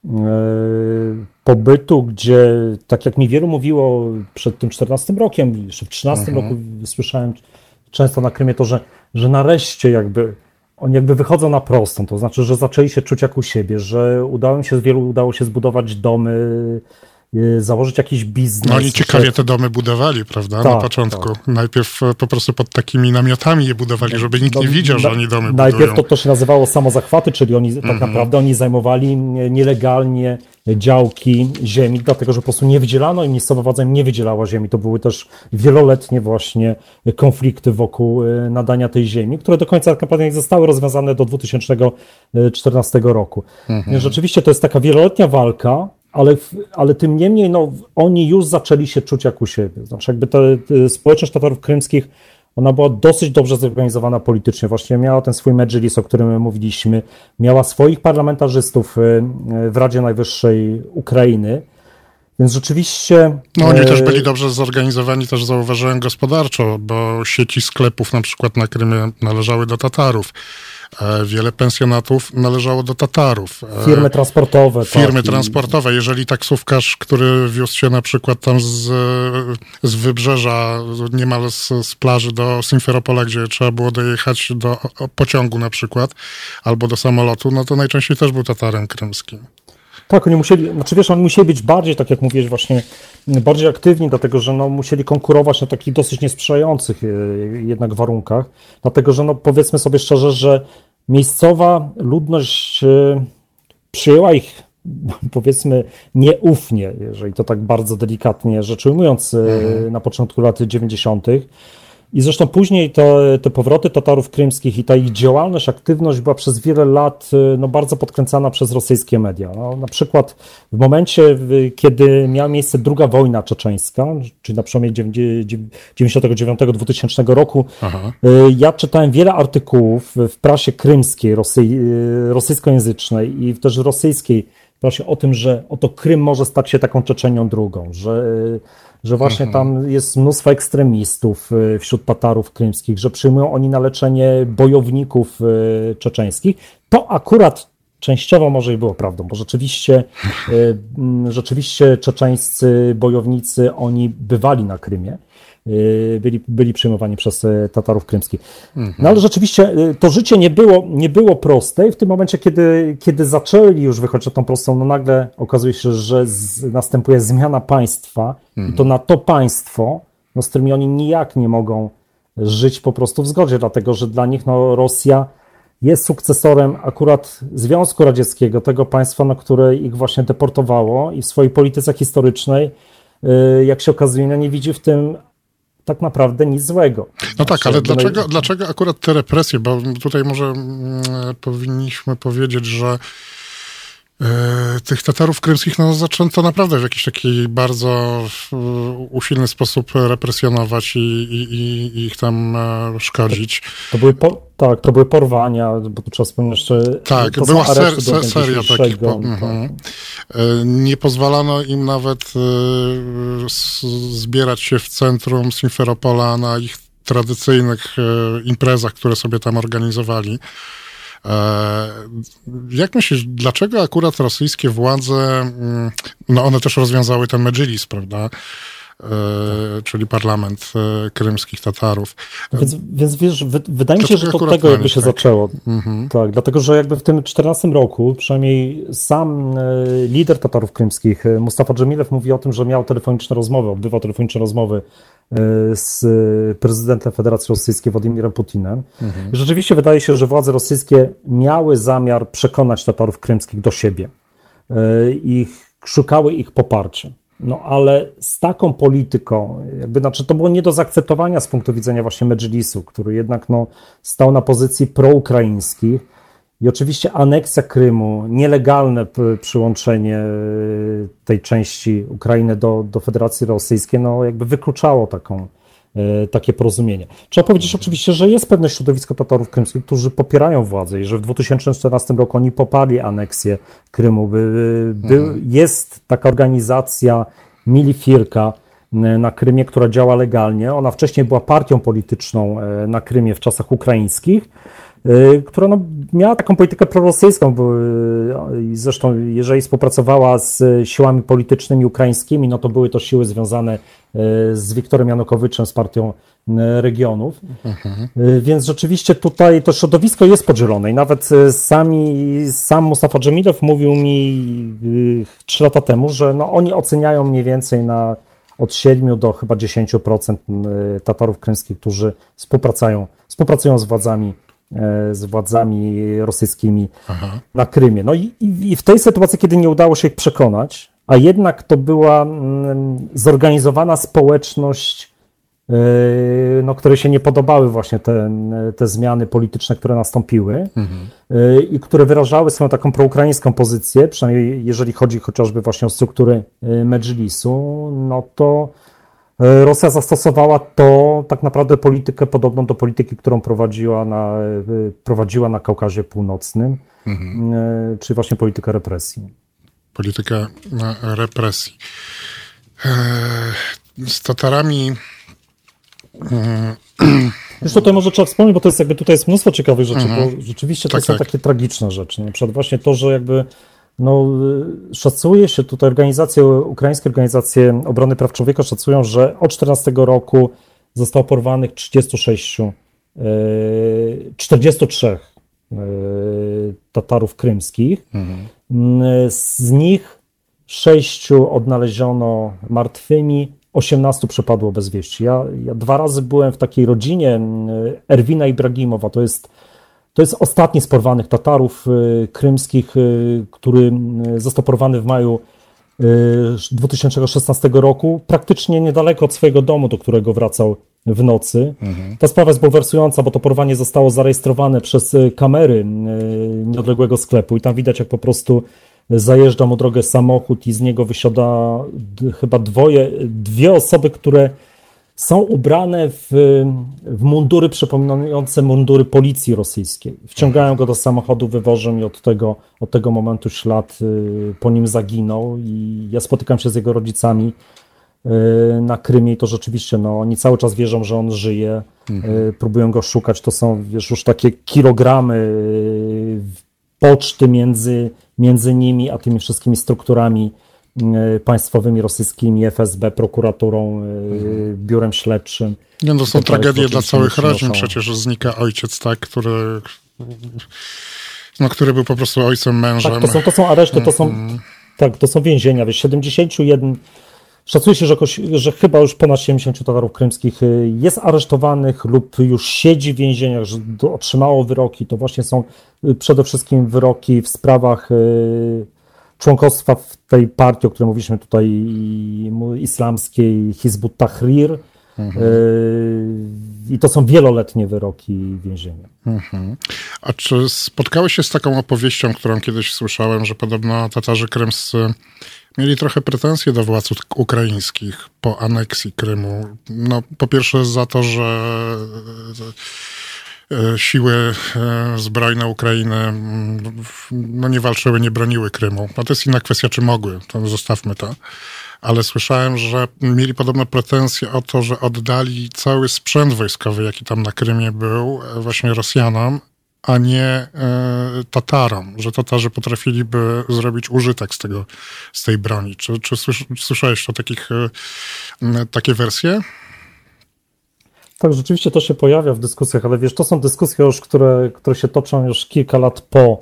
pobytu, gdzie tak jak mi wielu mówiło przed tym 14 rokiem, jeszcze w 13 roku słyszałem często na Krymie to, że nareszcie oni wychodzą na prostą, to znaczy, że zaczęli się czuć jak u siebie, że wielu udało się zbudować domy, założyć jakiś biznes. No oni ciekawie te domy budowali, prawda? Na początku. Tak. Najpierw po prostu pod takimi namiotami je budowali, żeby nikt nie widział, że oni domy budują. Najpierw to się nazywało samozachwaty, czyli oni tak naprawdę oni zajmowali nielegalnie działki ziemi, dlatego że po prostu nie wydzielano i miejscowa władza im nie wydzielała ziemi. To były też wieloletnie właśnie konflikty wokół nadania tej ziemi, które do końca tak naprawdę nie zostały rozwiązane do 2014 roku. Więc rzeczywiście to jest taka wieloletnia walka, ale tym niemniej oni już zaczęli się czuć jak u siebie. Znaczy ta społeczność Tatarów krymskich, ona była dosyć dobrze zorganizowana politycznie. Właśnie miała ten swój medżlis, o którym mówiliśmy, miała swoich parlamentarzystów w Radzie Najwyższej Ukrainy, więc rzeczywiście... No oni też byli dobrze zorganizowani, też zauważyłem gospodarczo, bo sieci sklepów na przykład na Krymie należały do Tatarów. Wiele pensjonatów należało do Tatarów. Firmy transportowe. Firmy transportowe. Jeżeli taksówkarz, który wiózł się na przykład tam z wybrzeża, niemal z plaży do Simferopola, gdzie trzeba było dojechać do pociągu na przykład, albo do samolotu, no to najczęściej też był Tatarem krymskim. Tak, oni musieli być bardziej, tak jak mówiłeś właśnie, bardziej aktywni, dlatego że musieli konkurować na takich dosyć niesprzyjających jednak warunkach, dlatego że powiedzmy sobie szczerze, że miejscowa ludność przyjęła ich, powiedzmy, nieufnie, jeżeli to tak bardzo delikatnie rzecz ujmując, na początku lat 90. I zresztą później te powroty Tatarów krymskich i ta ich działalność, aktywność była przez wiele lat bardzo podkręcana przez rosyjskie media. Na przykład w momencie, kiedy miała miejsce druga wojna czeczeńska, czyli na przełomie 99-2000 roku, ja czytałem wiele artykułów w prasie krymskiej, rosyjskojęzycznej i też rosyjskiej prasie o tym, że oto Krym może stać się taką Czeczenią drugą, że właśnie tam jest mnóstwo ekstremistów wśród Tatarów krymskich, że przyjmują oni na leczenie bojowników czeczeńskich. To akurat częściowo może i było prawdą, bo rzeczywiście czeczeńscy bojownicy, oni bywali na Krymie, byli przyjmowani przez Tatarów krymskich. No ale rzeczywiście to życie nie było proste i w tym momencie, kiedy zaczęli już wychodzić na tą prostą, nagle okazuje się, że następuje zmiana państwa i to na to państwo, z którymi oni nijak nie mogą żyć po prostu w zgodzie, dlatego że dla nich Rosja jest sukcesorem akurat Związku Radzieckiego, tego państwa, które ich właśnie deportowało i w swojej polityce historycznej, jak się okazuje, nie widzi w tym tak naprawdę nic złego. No tak, ale dlaczego akurat te represje? Bo tutaj może powinniśmy powiedzieć, że tych Tatarów krymskich zaczęto naprawdę w jakiś taki bardzo usilny sposób represjonować i ich tam szkodzić. To były porwania, bo tu trzeba wspomnieć jeszcze... Tak, była seria takich. Nie pozwalano im nawet zbierać się w centrum Simferopola na ich tradycyjnych imprezach, które sobie tam organizowali. Jak myślisz, dlaczego akurat rosyjskie władze, one też rozwiązały ten Medżlis, prawda? Czyli parlament krymskich Tatarów. Więc wiesz, wydaje mi się, że to od tego jakby się zaczęło. Tak, dlatego, że jakby w tym 14 roku, przynajmniej sam lider Tatarów krymskich, Mustafa Dżemilew, mówi o tym, że miał odbywał telefoniczne rozmowy z prezydentem Federacji Rosyjskiej Władimirem Putinem. Rzeczywiście wydaje się, że władze rosyjskie miały zamiar przekonać Tatarów krymskich do siebie i szukały ich poparcia. Ale z taką polityką, to było nie do zaakceptowania z punktu widzenia właśnie Medżlisu, który jednak stał na pozycji proukraińskich i oczywiście aneksja Krymu, nielegalne przyłączenie tej części Ukrainy do Federacji Rosyjskiej, wykluczało takie porozumienie. Trzeba powiedzieć oczywiście, że jest pewne środowisko Tatarów krymskich, którzy popierają władzę i że w 2014 roku oni poparli aneksję Krymu. Jest taka organizacja Milifirka na Krymie, która działa legalnie. Ona wcześniej była partią polityczną na Krymie w czasach ukraińskich, która miała taką politykę prorosyjską, i zresztą jeżeli współpracowała z siłami politycznymi ukraińskimi, to były to siły związane z Wiktorem Janukowiczem, z Partią Regionów. Więc rzeczywiście tutaj to środowisko jest podzielone i nawet sam Mustafa Dżemilew mówił mi 3 lata temu, że oni oceniają mniej więcej od 7 do chyba 10% Tatarów krymskich, którzy współpracują z władzami rosyjskimi na Krymie. I w tej sytuacji, kiedy nie udało się ich przekonać, a jednak to była zorganizowana społeczność, której się nie podobały właśnie te zmiany polityczne, które nastąpiły i które wyrażały swoją taką proukraińską pozycję, przynajmniej jeżeli chodzi chociażby właśnie o struktury Medżlisu, to Rosja zastosowała tak naprawdę politykę podobną do polityki, którą prowadziła na Kaukazie Północnym, czyli właśnie politykę represji. Polityka represji. Z Tatarami... Już tutaj może trzeba wspomnieć, bo to jest tutaj jest mnóstwo ciekawych rzeczy, bo rzeczywiście to są takie tragiczne rzeczy. Na przykład właśnie to, że szacuje się tutaj ukraińskie organizacje obrony praw człowieka szacują, że od 14 roku zostało porwanych 43 Tatarów krymskich Z nich 6 odnaleziono martwymi, 18 przepadło bez wieści. Ja 2 razy byłem w takiej rodzinie Erwina Ibragimowa. To jest ostatni z porwanych Tatarów krymskich, który został porwany w maju 2016 roku, praktycznie niedaleko od swojego domu, do którego wracał w nocy. Ta sprawa jest bulwersująca, bo to porwanie zostało zarejestrowane przez kamery nieodległego sklepu i tam widać, jak po prostu zajeżdża mu drogę samochód i z niego wysiada chyba 2 osoby, które są ubrane w mundury przypominające mundury policji rosyjskiej. Wciągają go do samochodu, wywożą i od tego momentu ślad po nim zaginął. I ja spotykam się z jego rodzicami na Krymie i to rzeczywiście, no, oni cały czas wierzą, że on żyje, próbują go szukać. To są, wiesz, już takie kilogramy poczty między nimi a tymi wszystkimi strukturami państwowymi rosyjskimi, FSB, prokuraturą, biurem śledczym. Nie, to są tragedie dla całych rodzin. Przecież znika ojciec, tak, który był po prostu ojcem, mężem. Tak, to są areszty, to są więzienia. Wiesz, 71, szacuje się, że chyba już ponad 70 Tatarów krymskich jest aresztowanych lub już siedzi w więzieniach, że otrzymało wyroki. To właśnie są przede wszystkim wyroki w sprawach członkostwa w tej partii, o której mówiliśmy tutaj, islamskiej, Hizb ut-Tahrir. I to są wieloletnie wyroki więzienia. A czy spotkałeś się z taką opowieścią, którą kiedyś słyszałem, że podobno Tatarzy krymscy mieli trochę pretensje do władz ukraińskich po aneksji Krymu? No, po pierwsze za to, że siły zbrojne Ukrainy no, nie walczyły, nie broniły Krymu. No to jest inna kwestia, czy mogły, to zostawmy to. Ale słyszałem, że mieli podobno pretensje o to, że oddali cały sprzęt wojskowy, jaki tam na Krymie był, właśnie Rosjanom, a nie Tatarom, że Tatarzy potrafiliby zrobić użytek z tej broni. Czy słyszałeś o takie wersje? Tak, rzeczywiście to się pojawia w dyskusjach, ale wiesz, to są dyskusje już, które się toczą już kilka lat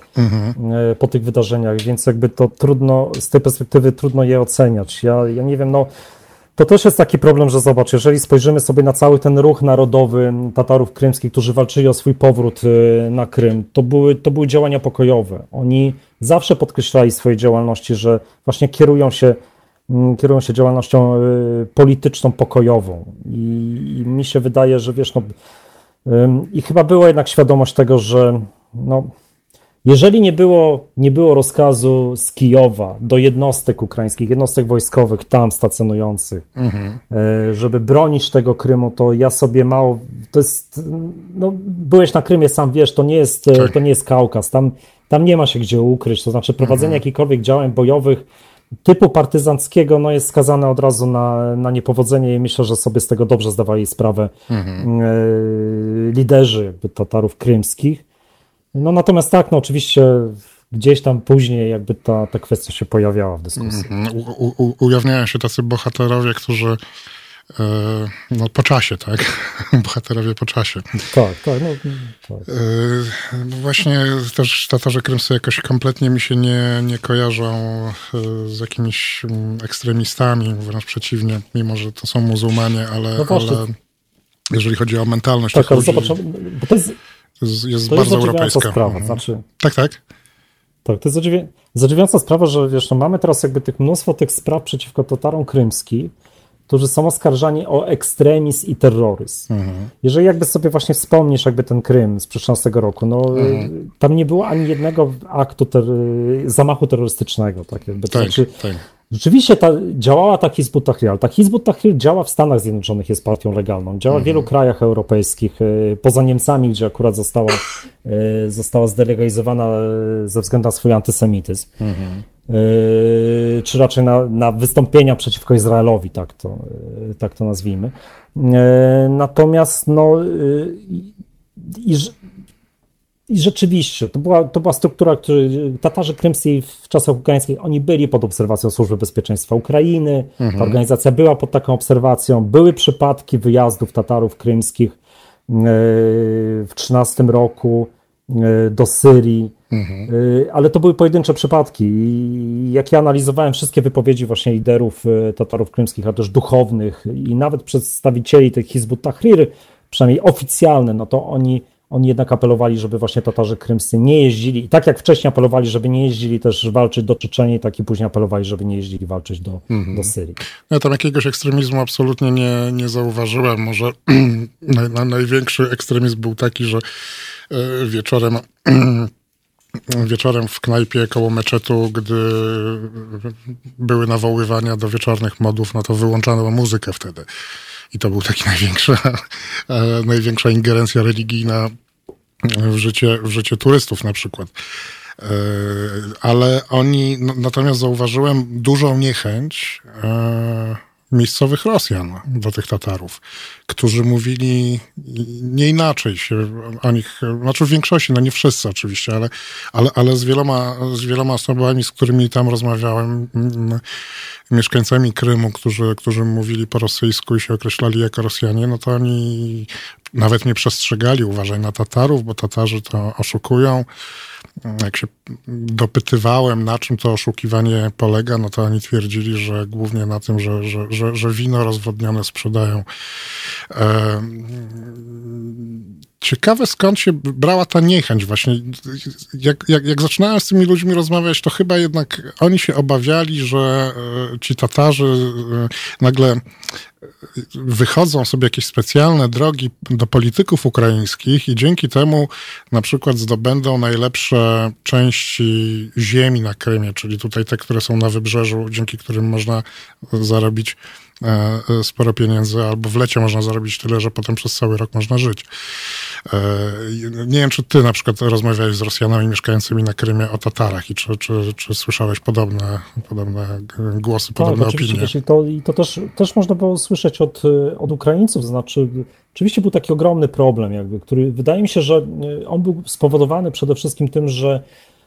po tych wydarzeniach, więc jakby to trudno, z tej perspektywy trudno je oceniać. Ja nie wiem, no to też jest taki problem, że zobacz, jeżeli spojrzymy sobie na cały ten ruch narodowy Tatarów krymskich, którzy walczyli o swój powrót na Krym, to były działania pokojowe. Oni zawsze podkreślali w swojej działalności, że właśnie kierują się działalnością polityczną, pokojową. I mi się wydaje, że wiesz, no, i chyba była jednak świadomość tego, że no, jeżeli nie było rozkazu z Kijowa do jednostek ukraińskich, jednostek wojskowych tam stacjonujących, żeby bronić tego Krymu, to ja sobie mało, to jest, no, byłeś na Krymie, sam wiesz, to nie jest Kaukaz, tam nie ma się gdzie ukryć, to znaczy prowadzenie jakichkolwiek działań bojowych typu partyzanckiego no jest skazane od razu na niepowodzenie i myślę, że sobie z tego dobrze zdawali sprawę liderzy jakby Tatarów krymskich. No natomiast tak, no oczywiście gdzieś tam później jakby ta kwestia się pojawiała w dyskusji. Ujawniają się tacy bohaterowie, którzy no po czasie, tak? Bohaterowie po czasie. Tak. No, tak. Właśnie też Tatarzy krymscy jakoś kompletnie mi się nie kojarzą z jakimiś ekstremistami, wręcz przeciwnie, mimo że to są muzułmanie, ale jeżeli chodzi o mentalność, tak, ale ludzi, zobacz, bo to jest bardzo europejska. Sprawa, znaczy... Tak. Tak, to jest zadziwiająca sprawa, że wiesz, no mamy teraz jakby mnóstwo tych spraw przeciwko Tatarom krymskim, którzy są oskarżani o ekstremizm i terroryzm. Jeżeli jakby sobie właśnie wspomnisz jakby ten Krym z 2013 roku, no tam nie było ani jednego aktu zamachu terrorystycznego. Tak jakby. To znaczy, rzeczywiście działała ta Hizb ut-Tahrir, ale ta Hizb ut-Tahrir działa w Stanach Zjednoczonych, jest partią legalną, działa w wielu krajach europejskich, poza Niemcami, gdzie akurat została zdelegalizowana ze względu na swój antysemityzm. Czy raczej na wystąpienia przeciwko Izraelowi, tak to nazwijmy. Natomiast no i rzeczywiście, to była struktura, Tatarzy krymscy w czasach ukraińskich, oni byli pod obserwacją Służby Bezpieczeństwa Ukrainy, ta organizacja była pod taką obserwacją, były przypadki wyjazdów Tatarów krymskich w 2013 roku do Syrii. ale to były pojedyncze przypadki. I jak ja analizowałem wszystkie wypowiedzi właśnie liderów Tatarów krymskich, a też duchownych i nawet przedstawicieli tych Hizbut Tahrir, przynajmniej oficjalne, no to oni jednak apelowali, żeby właśnie Tatarzy krymscy nie jeździli. I tak jak wcześniej apelowali, żeby nie jeździli też walczyć do Czeczenii, tak i później apelowali, żeby nie jeździli walczyć do Syrii. Ja tam jakiegoś ekstremizmu absolutnie nie zauważyłem. Może największy ekstremizm był taki, że wieczorem w knajpie koło meczetu, gdy były nawoływania do wieczornych modów, no to wyłączano muzykę wtedy. I to był taki największa ingerencja religijna w życie turystów na przykład. Ale natomiast zauważyłem dużą niechęć miejscowych Rosjan do tych Tatarów, którzy mówili nie inaczej się o nich, znaczy w większości, no nie wszyscy oczywiście, ale z wieloma osobami, z którymi tam rozmawiałem, mieszkańcami Krymu, którzy mówili po rosyjsku i się określali jako Rosjanie, no to oni nawet nie przestrzegali uważaj na Tatarów, bo Tatarzy to oszukują. Jak się dopytywałem, na czym to oszukiwanie polega, no to oni twierdzili, że głównie na tym, że wino rozwodnione sprzedają. Ciekawe, skąd się brała ta niechęć właśnie. Jak zaczynałem z tymi ludźmi rozmawiać, to chyba jednak oni się obawiali, że ci Tatarzy nagle wychodzą sobie jakieś specjalne drogi do polityków ukraińskich i dzięki temu na przykład zdobędą najlepsze części ziemi na Krymie, czyli tutaj te, które są na wybrzeżu, dzięki którym można zarobić sporo pieniędzy, albo w lecie można zarobić tyle, że potem przez cały rok można żyć. Nie wiem, czy ty na przykład rozmawiałeś z Rosjanami mieszkającymi na Krymie o Tatarach i czy słyszałeś podobne głosy, podobne opinie? I to też można było słyszeć od Ukraińców, znaczy oczywiście był taki ogromny problem, który wydaje mi się, że on był spowodowany przede wszystkim tym, że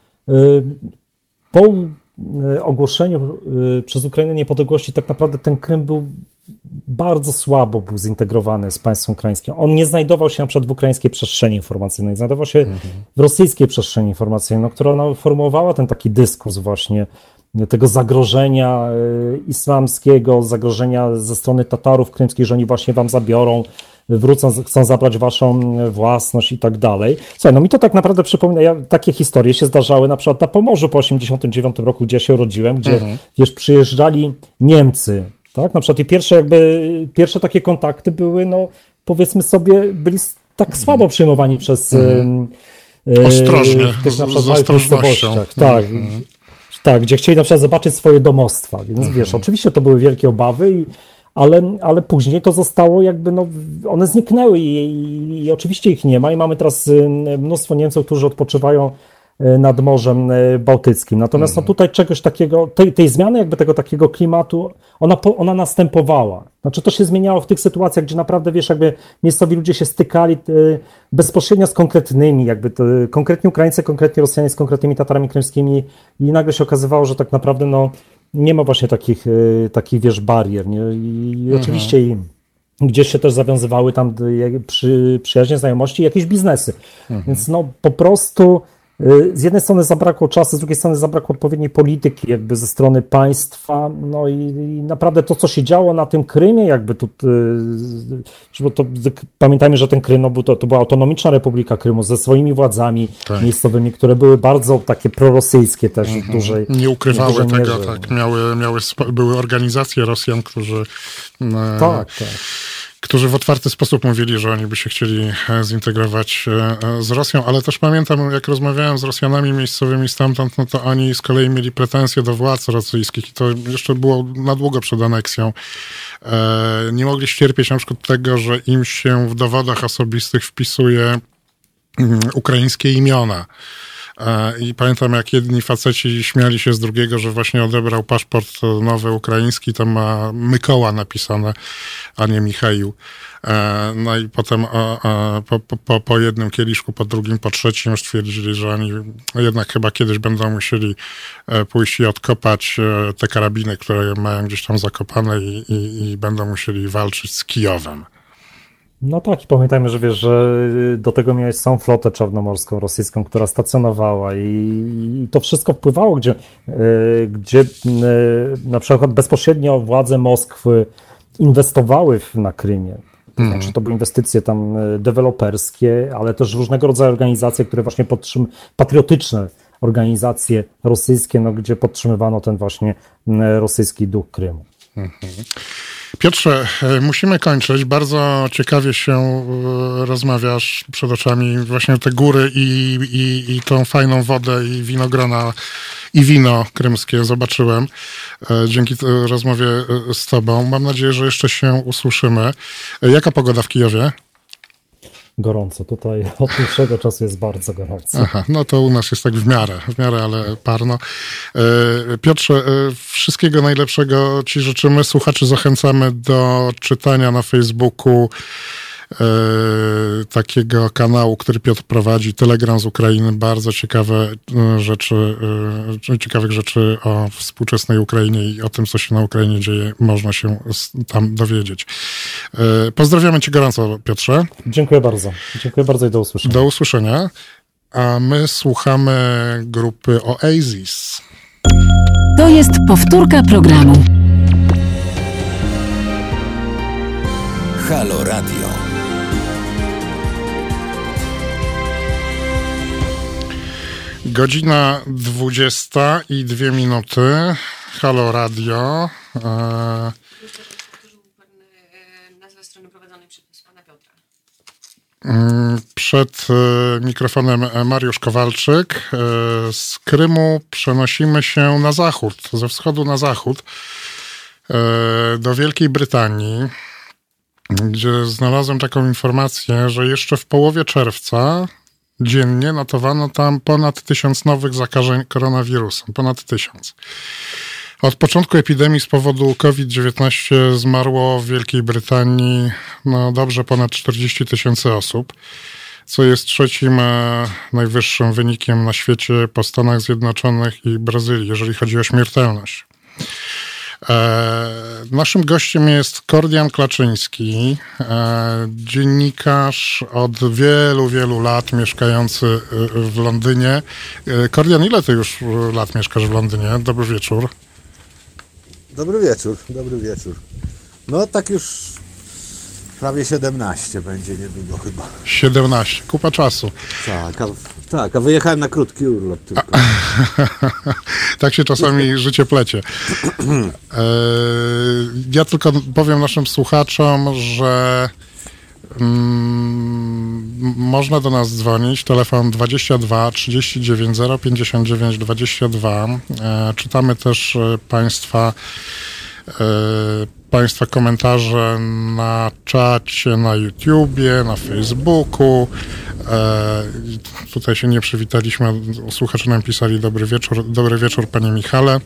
po ogłoszeniu przez Ukrainę niepodległości tak naprawdę ten Krym był bardzo słabo zintegrowany z państwem ukraińskim. On nie znajdował się na przykład w ukraińskiej przestrzeni informacyjnej, znajdował się w rosyjskiej przestrzeni informacyjnej, która formułowała ten taki dyskurs właśnie tego zagrożenia islamskiego, zagrożenia ze strony Tatarów krymskich, że oni właśnie wam zabiorą, wrócą, chcą zabrać waszą własność i tak dalej. Słuchaj, no mi to tak naprawdę przypomina, takie historie się zdarzały na przykład na Pomorzu po 89 roku, gdzie ja się urodziłem, gdzie wiesz, przyjeżdżali Niemcy, tak? Na przykład i pierwsze takie kontakty były, no powiedzmy sobie, byli tak słabo przyjmowani przez ostrożnie, tych na przykład z ostrożnością. Tak, gdzie chcieli na przykład zobaczyć swoje domostwa, więc wiesz, oczywiście to były wielkie obawy, ale później to zostało jakby, no one zniknęły i oczywiście ich nie ma i mamy teraz mnóstwo Niemców, którzy odpoczywają nad Morzem Bałtyckim. Natomiast no tutaj czegoś takiego, tej zmiany jakby tego takiego klimatu, ona następowała. Znaczy to się zmieniało w tych sytuacjach, gdzie naprawdę, wiesz, jakby miejscowi ludzie się stykali bezpośrednio z konkretnymi, jakby konkretni Ukraińcy, konkretni Rosjanie z konkretnymi Tatarami krymskimi i nagle się okazywało, że tak naprawdę no nie ma właśnie takich wiesz, barier. Nie? I oczywiście gdzieś się też zawiązywały tam przyjaźnie, znajomości i jakieś biznesy. Więc no po prostu z jednej strony zabrakło czasu, z drugiej strony zabrakło odpowiedniej polityki jakby ze strony państwa, no i naprawdę to, co się działo na tym Krymie, jakby tu, bo to pamiętajmy, że ten Krym, no, to była autonomiczna Republika Krymu ze swoimi władzami miejscowymi, które były bardzo takie prorosyjskie też w dużej mierze. Nie ukrywały tego, mierze. Tak, były organizacje Rosjan, którzy w otwarty sposób mówili, że oni by się chcieli zintegrować z Rosją, ale też pamiętam, jak rozmawiałem z Rosjanami miejscowymi stamtąd, no to oni z kolei mieli pretensje do władz rosyjskich i to jeszcze było na długo przed aneksją. Nie mogli ścierpieć na przykład tego, że im się w dowodach osobistych wpisuje ukraińskie imiona. I pamiętam, jak jedni faceci śmiali się z drugiego, że właśnie odebrał paszport nowy ukraiński, tam ma Mykoła napisane, a nie Michaił. No i potem po jednym kieliszku, po drugim, po trzecim już twierdzili, że oni jednak chyba kiedyś będą musieli pójść i odkopać te karabiny, które mają gdzieś tam zakopane i będą musieli walczyć z Kijowem. No tak, i pamiętajmy, że wiesz, że do tego miałeś całą flotę czarnomorską rosyjską, która stacjonowała i to wszystko wpływało, gdzie na przykład bezpośrednio władze Moskwy inwestowały na Krymie. To znaczy, to były inwestycje tam deweloperskie, ale też różnego rodzaju organizacje, które właśnie patriotyczne organizacje rosyjskie, no, gdzie podtrzymywano ten właśnie rosyjski duch Krymu. Piotrze, musimy kończyć. Bardzo ciekawie się rozmawiasz, przed oczami właśnie te góry i tą fajną wodę i winogrona i wino krymskie zobaczyłem dzięki rozmowie z tobą. Mam nadzieję, że jeszcze się usłyszymy. Jaka pogoda w Kijowie? Gorąco. Tutaj od dłuższego czasu jest bardzo gorąco. Aha, no to u nas jest tak w miarę, ale parno. Piotrze, wszystkiego najlepszego ci życzymy. Słuchaczy zachęcamy do czytania na Facebooku takiego kanału, który Piotr prowadzi, Telegram z Ukrainy. Bardzo ciekawe rzeczy, ciekawych rzeczy o współczesnej Ukrainie i o tym, co się na Ukrainie dzieje, można się tam dowiedzieć. Pozdrawiamy cię gorąco, Piotrze. Dziękuję bardzo. Dziękuję bardzo i do usłyszenia. Do usłyszenia. A my słuchamy grupy Oasis. To jest powtórka programu. Halo Radio. Godzina 20:02. Halo Radio. Nazwę strony prowadzonej przez pana Piotra. Przed mikrofonem Mariusz Kowalczyk. Z Krymu przenosimy się na zachód, ze wschodu na zachód, do Wielkiej Brytanii, gdzie znalazłem taką informację, że jeszcze w połowie czerwca dziennie notowano tam ponad 1000 nowych zakażeń koronawirusem. Ponad 1000. Od początku epidemii z powodu COVID-19 zmarło w Wielkiej Brytanii dobrze ponad 40 000 osób, co jest trzecim najwyższym wynikiem na świecie po Stanach Zjednoczonych i Brazylii, jeżeli chodzi o śmiertelność. Naszym gościem jest Kordian Klaczyński, dziennikarz od wielu lat mieszkający w Londynie. Kordian, ile ty już lat mieszkasz w Londynie? Dobry wieczór. Dobry wieczór. No tak już prawie 17 będzie niedługo chyba. 17, kupa czasu. Tak, a wyjechałem na krótki urlop tylko. Tak się czasami życie plecie. Ja tylko powiem naszym słuchaczom, że można do nas dzwonić. Telefon 22 39 059 22. Czytamy też Państwa komentarze na czacie, na YouTubie, na Facebooku. Tutaj się nie przywitaliśmy. Słuchacze nam pisali dobry wieczór panie Michale.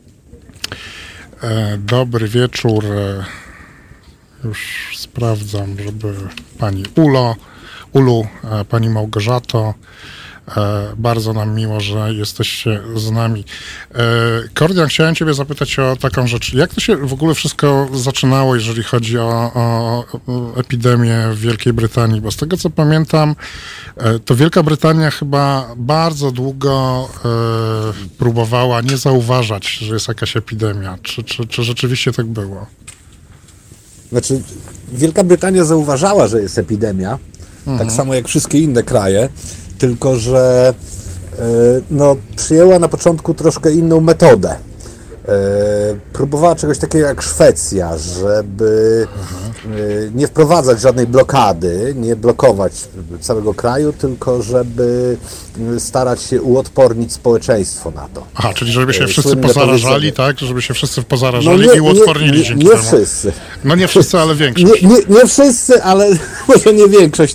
Dobry wieczór. Już sprawdzam, żeby pani Ulu, pani Małgorzato. Bardzo nam miło, że jesteście z nami. Kordian, chciałem ciebie zapytać o taką rzecz. Jak to się w ogóle wszystko zaczynało, jeżeli chodzi o epidemię w Wielkiej Brytanii? Bo z tego, co pamiętam, to Wielka Brytania chyba bardzo długo próbowała nie zauważać, że jest jakaś epidemia. Czy rzeczywiście tak było? Znaczy, Wielka Brytania zauważała, że jest epidemia, tak samo jak wszystkie inne kraje, tylko że przyjęła na początku troszkę inną metodę. Próbowała czegoś takiego jak Szwecja, żeby nie wprowadzać żadnej blokady, nie blokować całego kraju, tylko żeby starać się uodpornić społeczeństwo na to. Aha, czyli żeby się wszyscy pozarażali, tak? Żeby się wszyscy pozarażali i uodpornili dzięki temu. Nie wszyscy. No nie wszyscy, ale większość. Nie wszyscy, ale może nie większość,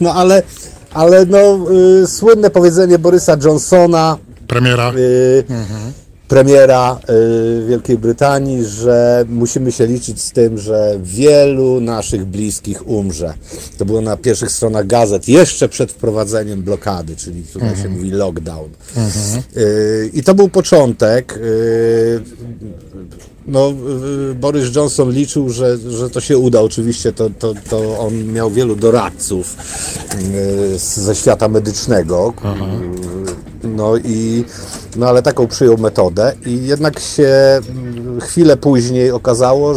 ale słynne powiedzenie Borysa Johnsona, premiera. premiera Wielkiej Brytanii, że musimy się liczyć z tym, że wielu naszych bliskich umrze. To było na pierwszych stronach gazet, jeszcze przed wprowadzeniem blokady, czyli tutaj się mówi lockdown. I to był początek. No, Boris Johnson liczył, że to się uda. Oczywiście to on miał wielu doradców ze świata medycznego. No ale taką przyjął metodę i jednak się chwilę później okazało,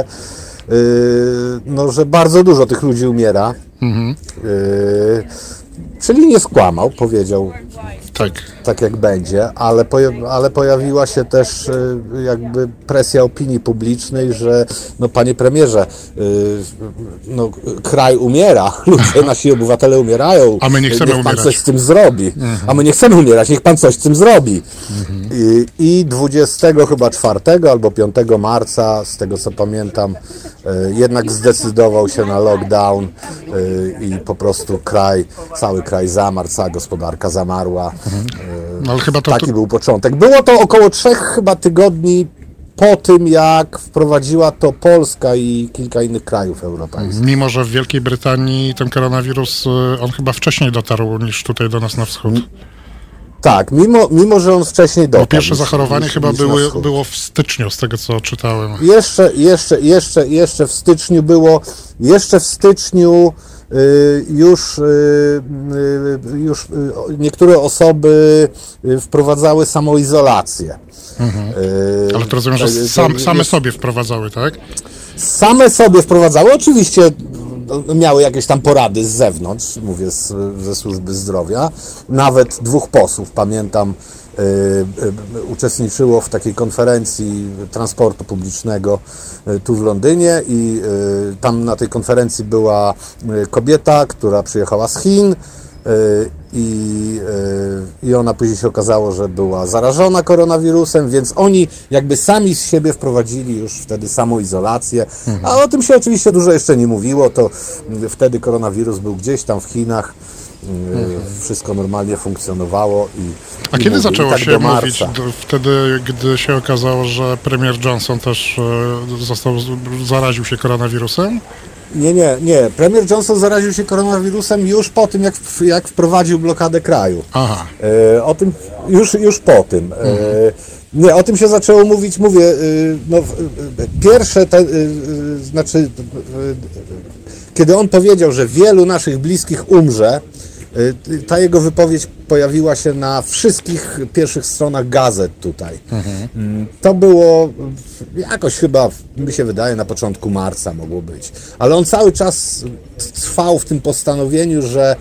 że bardzo dużo tych ludzi umiera. Czyli nie skłamał, powiedział tak jak będzie, ale pojawiła się też jakby presja opinii publicznej, że no panie premierze, no kraj umiera, ludzie, nasi obywatele umierają, a my nie chcemy niech pan umierać. coś z tym zrobi, a my nie chcemy umierać, niech pan coś z tym zrobi. I 24 albo 5 marca, z tego co pamiętam, jednak zdecydował się na lockdown i po prostu cały kraj zamarł, cała gospodarka zamarła. No, ale chyba Taki był początek. Było to około 3 chyba tygodni po tym, jak wprowadziła to Polska i kilka innych krajów europejskich. Mimo że w Wielkiej Brytanii ten koronawirus, on chyba wcześniej dotarł niż tutaj do nas na wschód. Tak, mimo że on wcześniej dotarł. Bo pierwsze zachorowanie chyba było w styczniu, z tego co czytałem. Jeszcze w styczniu było, już niektóre osoby wprowadzały samoizolację. Ale to rozumiem, że same sobie wprowadzały, tak? Same sobie wprowadzały, oczywiście miały jakieś tam porady z zewnątrz, mówię ze służby zdrowia. Nawet 2 posłów, pamiętam, uczestniczyło w takiej konferencji transportu publicznego tu w Londynie i tam na tej konferencji była kobieta, która przyjechała z Chin i ona później się okazało, że była zarażona koronawirusem, więc oni jakby sami z siebie wprowadzili już wtedy samoizolację, a o tym się oczywiście dużo jeszcze nie mówiło, to wtedy koronawirus był gdzieś tam w Chinach. Wszystko normalnie funkcjonowało. A kiedy zaczęło się mówić? Wtedy, gdy się okazało, że premier Johnson też zaraził się koronawirusem? Nie. Premier Johnson zaraził się koronawirusem już po tym, jak wprowadził blokadę kraju. Aha. O tym już po tym. Nie, o tym się zaczęło mówić, mówię, no, pierwsze, znaczy, kiedy on powiedział, że wielu naszych bliskich umrze, ta jego wypowiedź pojawiła się na wszystkich pierwszych stronach gazet tutaj. To było jakoś chyba, mi się wydaje, na początku marca mogło być. Ale on cały czas trwał w tym postanowieniu, że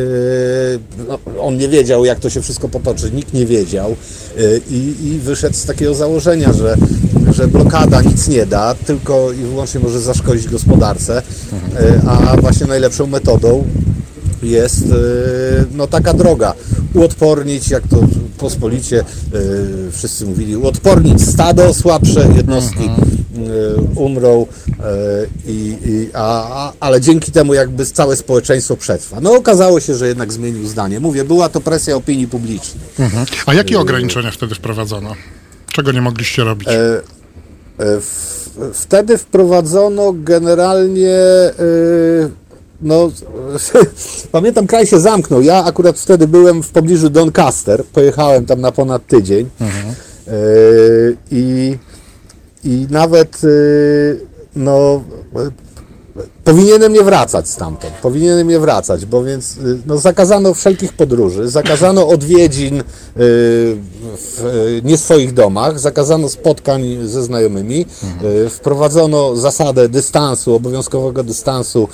on nie wiedział, jak to się wszystko potoczy, nikt nie wiedział i wyszedł z takiego założenia, że blokada nic nie da, tylko i wyłącznie może zaszkodzić gospodarce, a właśnie najlepszą metodą jest no taka droga, uodpornić, jak to pospolicie wszyscy mówili, uodpornić stado, słabsze jednostki umrą, ale dzięki temu jakby całe społeczeństwo przetrwa. No okazało się, że jednak zmienił zdanie. Mówię, była to presja opinii publicznej. A jakie ograniczenia wtedy wprowadzono? Czego nie mogliście robić? Wtedy wprowadzono generalnie no, pamiętam, kraj się zamknął. Ja akurat wtedy byłem w pobliżu Doncaster, pojechałem tam na ponad tydzień i nawet no, powinienem nie wracać stamtąd, bo więc no, zakazano wszelkich podróży, zakazano odwiedzin w nie swoich domach, zakazano spotkań ze znajomymi, wprowadzono zasadę dystansu, obowiązkowego dystansu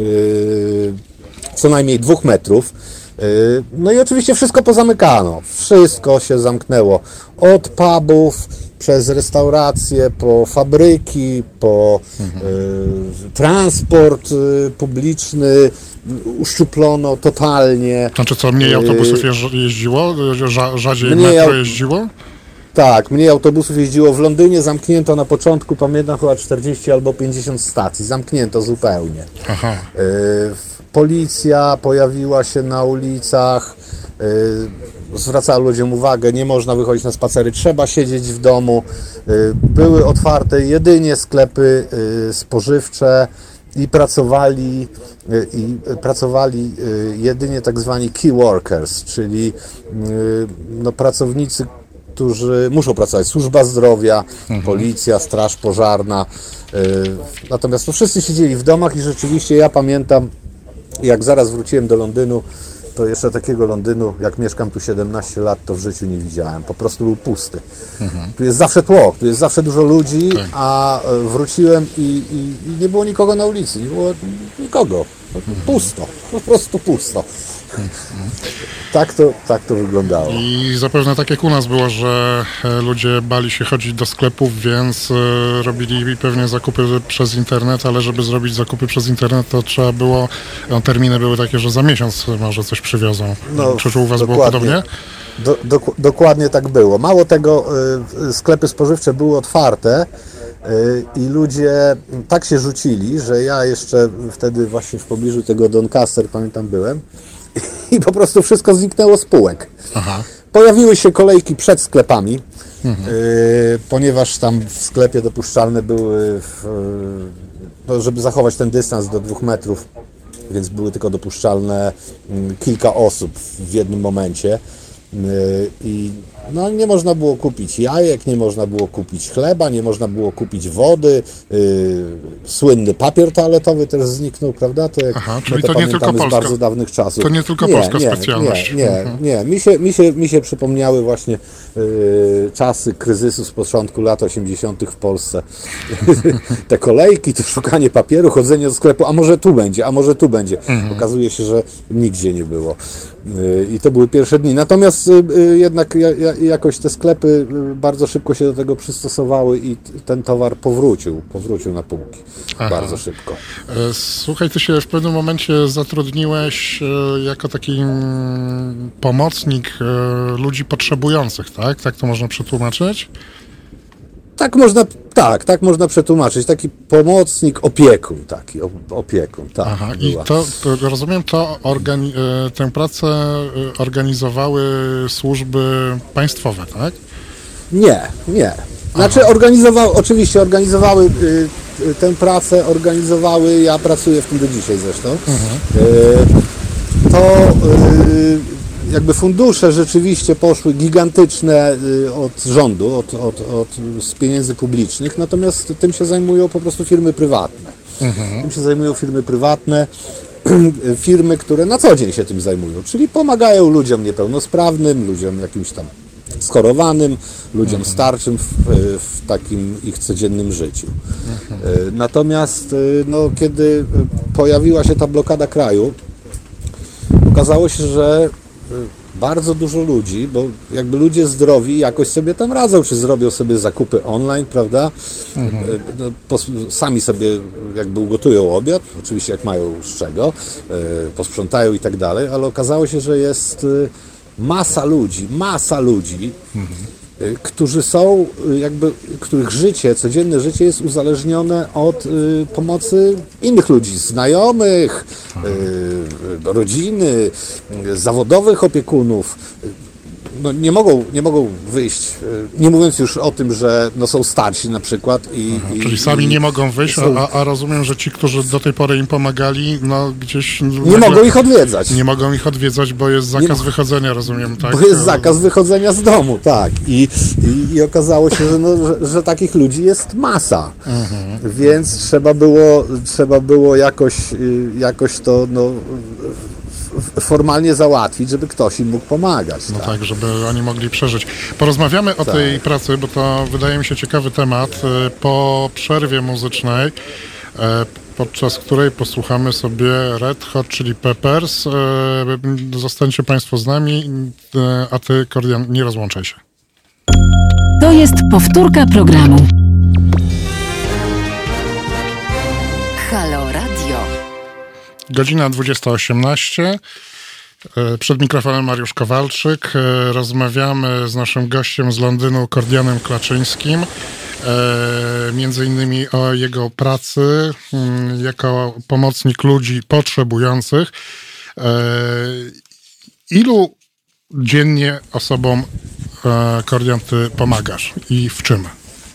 co najmniej 2 metrów. No i oczywiście wszystko pozamykano, wszystko się zamknęło, od pubów, przez restauracje, po fabryki, po transport publiczny, uszczuplono totalnie. Znaczy co, mniej autobusów jeździło? Rzadziej metro jeździło? Tak, mniej autobusów jeździło. W Londynie zamknięto na początku, pamiętam, chyba 40 albo 50 stacji, zamknięto zupełnie. Aha. Policja pojawiła się na ulicach, zwracała ludziom uwagę, nie można wychodzić na spacery, trzeba siedzieć w domu. Były otwarte jedynie sklepy spożywcze i pracowali jedynie tak zwani key workers, czyli no, pracownicy, którzy muszą pracować, służba zdrowia, policja, straż pożarna. Natomiast no, wszyscy siedzieli w domach i rzeczywiście ja pamiętam, jak zaraz wróciłem do Londynu, to jeszcze takiego Londynu, jak mieszkam tu 17 lat, to w życiu nie widziałem. Po prostu był pusty. Tu jest zawsze tło, tu jest zawsze dużo ludzi, a wróciłem i nie było nikogo na ulicy, nie było nikogo. Pusto, po prostu pusto. Tak to wyglądało. I zapewne tak jak u nas było, że ludzie bali się chodzić do sklepów, więc robili pewnie zakupy przez internet, ale żeby zrobić zakupy przez internet, to trzeba było, terminy były takie, że za miesiąc może coś przywiozą. No, czy u was było podobnie? Dokładnie tak było. Mało tego, sklepy spożywcze były otwarte i ludzie tak się rzucili, że ja jeszcze wtedy właśnie w pobliżu tego Doncaster, pamiętam, byłem, i po prostu wszystko zniknęło z półek. Aha. Pojawiły się kolejki przed sklepami, ponieważ tam w sklepie dopuszczalne były, no, żeby zachować ten dystans do 2 metrów, więc były tylko dopuszczalne kilka osób w jednym momencie. I no, nie można było kupić jajek, nie można było kupić chleba, nie można było kupić wody. Słynny papier toaletowy też zniknął, prawda? To jak czyli to nie tylko Polska. Z bardzo dawnych czasów. To nie tylko polska specjalność. Nie. Mi się przypomniały właśnie czasy kryzysu z początku lat 80. w Polsce. Te kolejki, to szukanie papieru, chodzenie do sklepu, a może tu będzie. Okazuje się, że nigdzie nie było. I to były pierwsze dni. Natomiast jednak jakoś te sklepy bardzo szybko się do tego przystosowały i ten towar powrócił na półki. Bardzo szybko. Słuchaj, ty się w pewnym momencie zatrudniłeś jako taki pomocnik ludzi potrzebujących, tak? Tak to można przetłumaczyć? Tak można przetłumaczyć. Taki pomocnik, opiekun, tak. Aha, i to rozumiem, tę pracę organizowały służby państwowe, tak? Nie. Znaczy organizowały tę pracę, ja pracuję w tym do dzisiaj zresztą. Jakby fundusze rzeczywiście poszły gigantyczne od rządu, z pieniędzy publicznych, natomiast tym się zajmują po prostu firmy prywatne. Firmy, które na co dzień się tym zajmują, czyli pomagają ludziom niepełnosprawnym, ludziom jakimś tam schorowanym, ludziom starszym w takim ich codziennym życiu. Natomiast no, kiedy pojawiła się ta blokada kraju, okazało się, że bardzo dużo ludzi, bo jakby ludzie zdrowi jakoś sobie tam radzą, czy zrobią sobie zakupy online, prawda? Sami sobie jakby ugotują obiad, oczywiście jak mają z czego, posprzątają i tak dalej, ale okazało się, że jest masa ludzi, którzy są jakby, których codzienne życie jest uzależnione od pomocy innych ludzi, znajomych, rodziny, zawodowych opiekunów. No nie mogą wyjść, nie mówiąc już o tym, że no są starsi na przykład. Czyli sami nie mogą wyjść, a rozumiem, że ci, którzy do tej pory im pomagali, no gdzieś... Nie mogą ich odwiedzać. Nie mogą ich odwiedzać, bo jest zakaz wychodzenia, rozumiem, tak? Bo jest zakaz wychodzenia z domu, tak. I okazało się, że takich ludzi jest masa. Więc trzeba było jakoś to formalnie załatwić, żeby ktoś im mógł pomagać. No tak, żeby oni mogli przeżyć. Porozmawiamy o tej pracy, bo to wydaje mi się ciekawy temat. Po przerwie muzycznej, podczas której posłuchamy sobie Red Hot Chili Peppers. Zostańcie Państwo z nami, a Ty, Kordian, nie rozłączaj się. To jest powtórka programu. Halo Radio. Godzina 20:18. Przed mikrofonem Mariusz Kowalczyk. Rozmawiamy z naszym gościem z Londynu, Kordianem Klaczyńskim. Między innymi o jego pracy jako pomocnik ludzi potrzebujących. Ilu dziennie osobom Kordian ty pomagasz i w czym?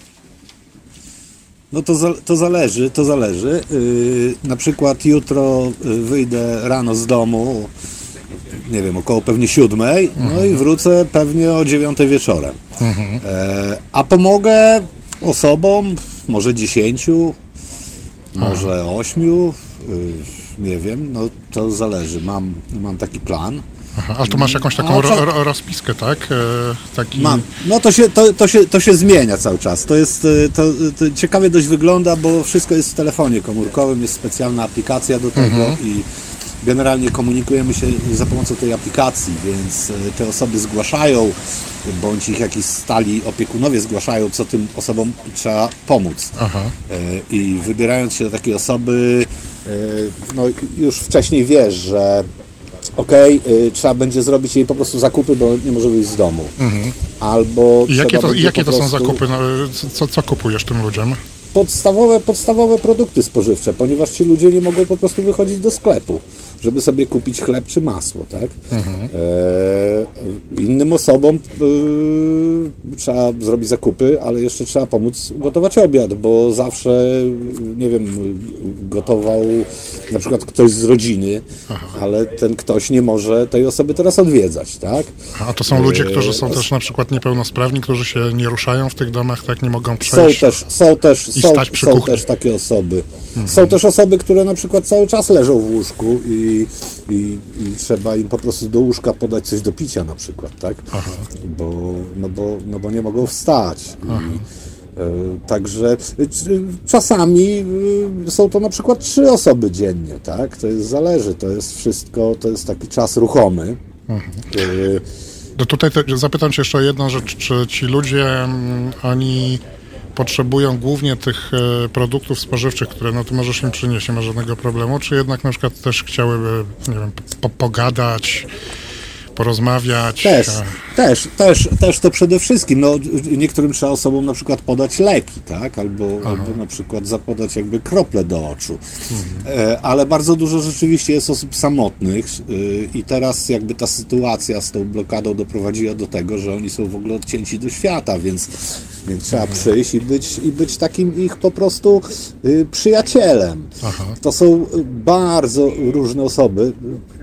No to zależy. Na przykład jutro wyjdę rano z domu, nie wiem, około pewnie 7, no i wrócę pewnie o 9 wieczorem. A pomogę osobom, może 10, może 8, nie wiem, no to zależy. Mam taki plan. Aha, ale tu masz jakąś taką rozpiskę, tak? Mam. No to się zmienia cały czas. To jest, to ciekawie dość wygląda, bo wszystko jest w telefonie komórkowym, jest specjalna aplikacja do tego i generalnie komunikujemy się za pomocą tej aplikacji, więc te osoby zgłaszają, bądź ich jakiś stali opiekunowie zgłaszają, co tym osobom trzeba pomóc. I wybierając się do takiej osoby, no już wcześniej wiesz, że trzeba będzie zrobić jej po prostu zakupy, bo nie może wyjść z domu. Albo I jakie to są zakupy? No, co kupujesz tym ludziom? Podstawowe produkty spożywcze, ponieważ ci ludzie nie mogą po prostu wychodzić do sklepu, żeby sobie kupić chleb czy masło, tak? Innym osobom trzeba zrobić zakupy, ale jeszcze trzeba pomóc gotować obiad, bo zawsze, nie wiem, gotował na przykład ktoś z rodziny, ale ten ktoś nie może tej osoby teraz odwiedzać, tak? A to są ludzie, którzy są też na przykład niepełnosprawni, którzy się nie ruszają w tych domach, tak, nie mogą przejść. Są też takie osoby. Są też osoby, które na przykład cały czas leżą w łóżku i trzeba im po prostu do łóżka podać coś do picia na przykład, tak? Bo nie mogą wstać. Także czasami są to na przykład 3 osoby dziennie, tak? To zależy, to jest wszystko, to jest taki czas ruchomy. To tutaj zapytam cię jeszcze o jedną rzecz, czy ci ludzie, oni potrzebują głównie tych produktów spożywczych, które no to możesz im przynieść, nie ma żadnego problemu, czy jednak na przykład też chciałyby, nie wiem, pogadać, porozmawiać? Też to przede wszystkim. No, niektórym trzeba osobom na przykład podać leki, tak? Albo na przykład zapodać jakby krople do oczu. Ale bardzo dużo rzeczywiście jest osób samotnych i teraz jakby ta sytuacja z tą blokadą doprowadziła do tego, że oni są w ogóle odcięci do świata, więc trzeba przyjść i być takim ich po prostu przyjacielem. To są bardzo różne osoby.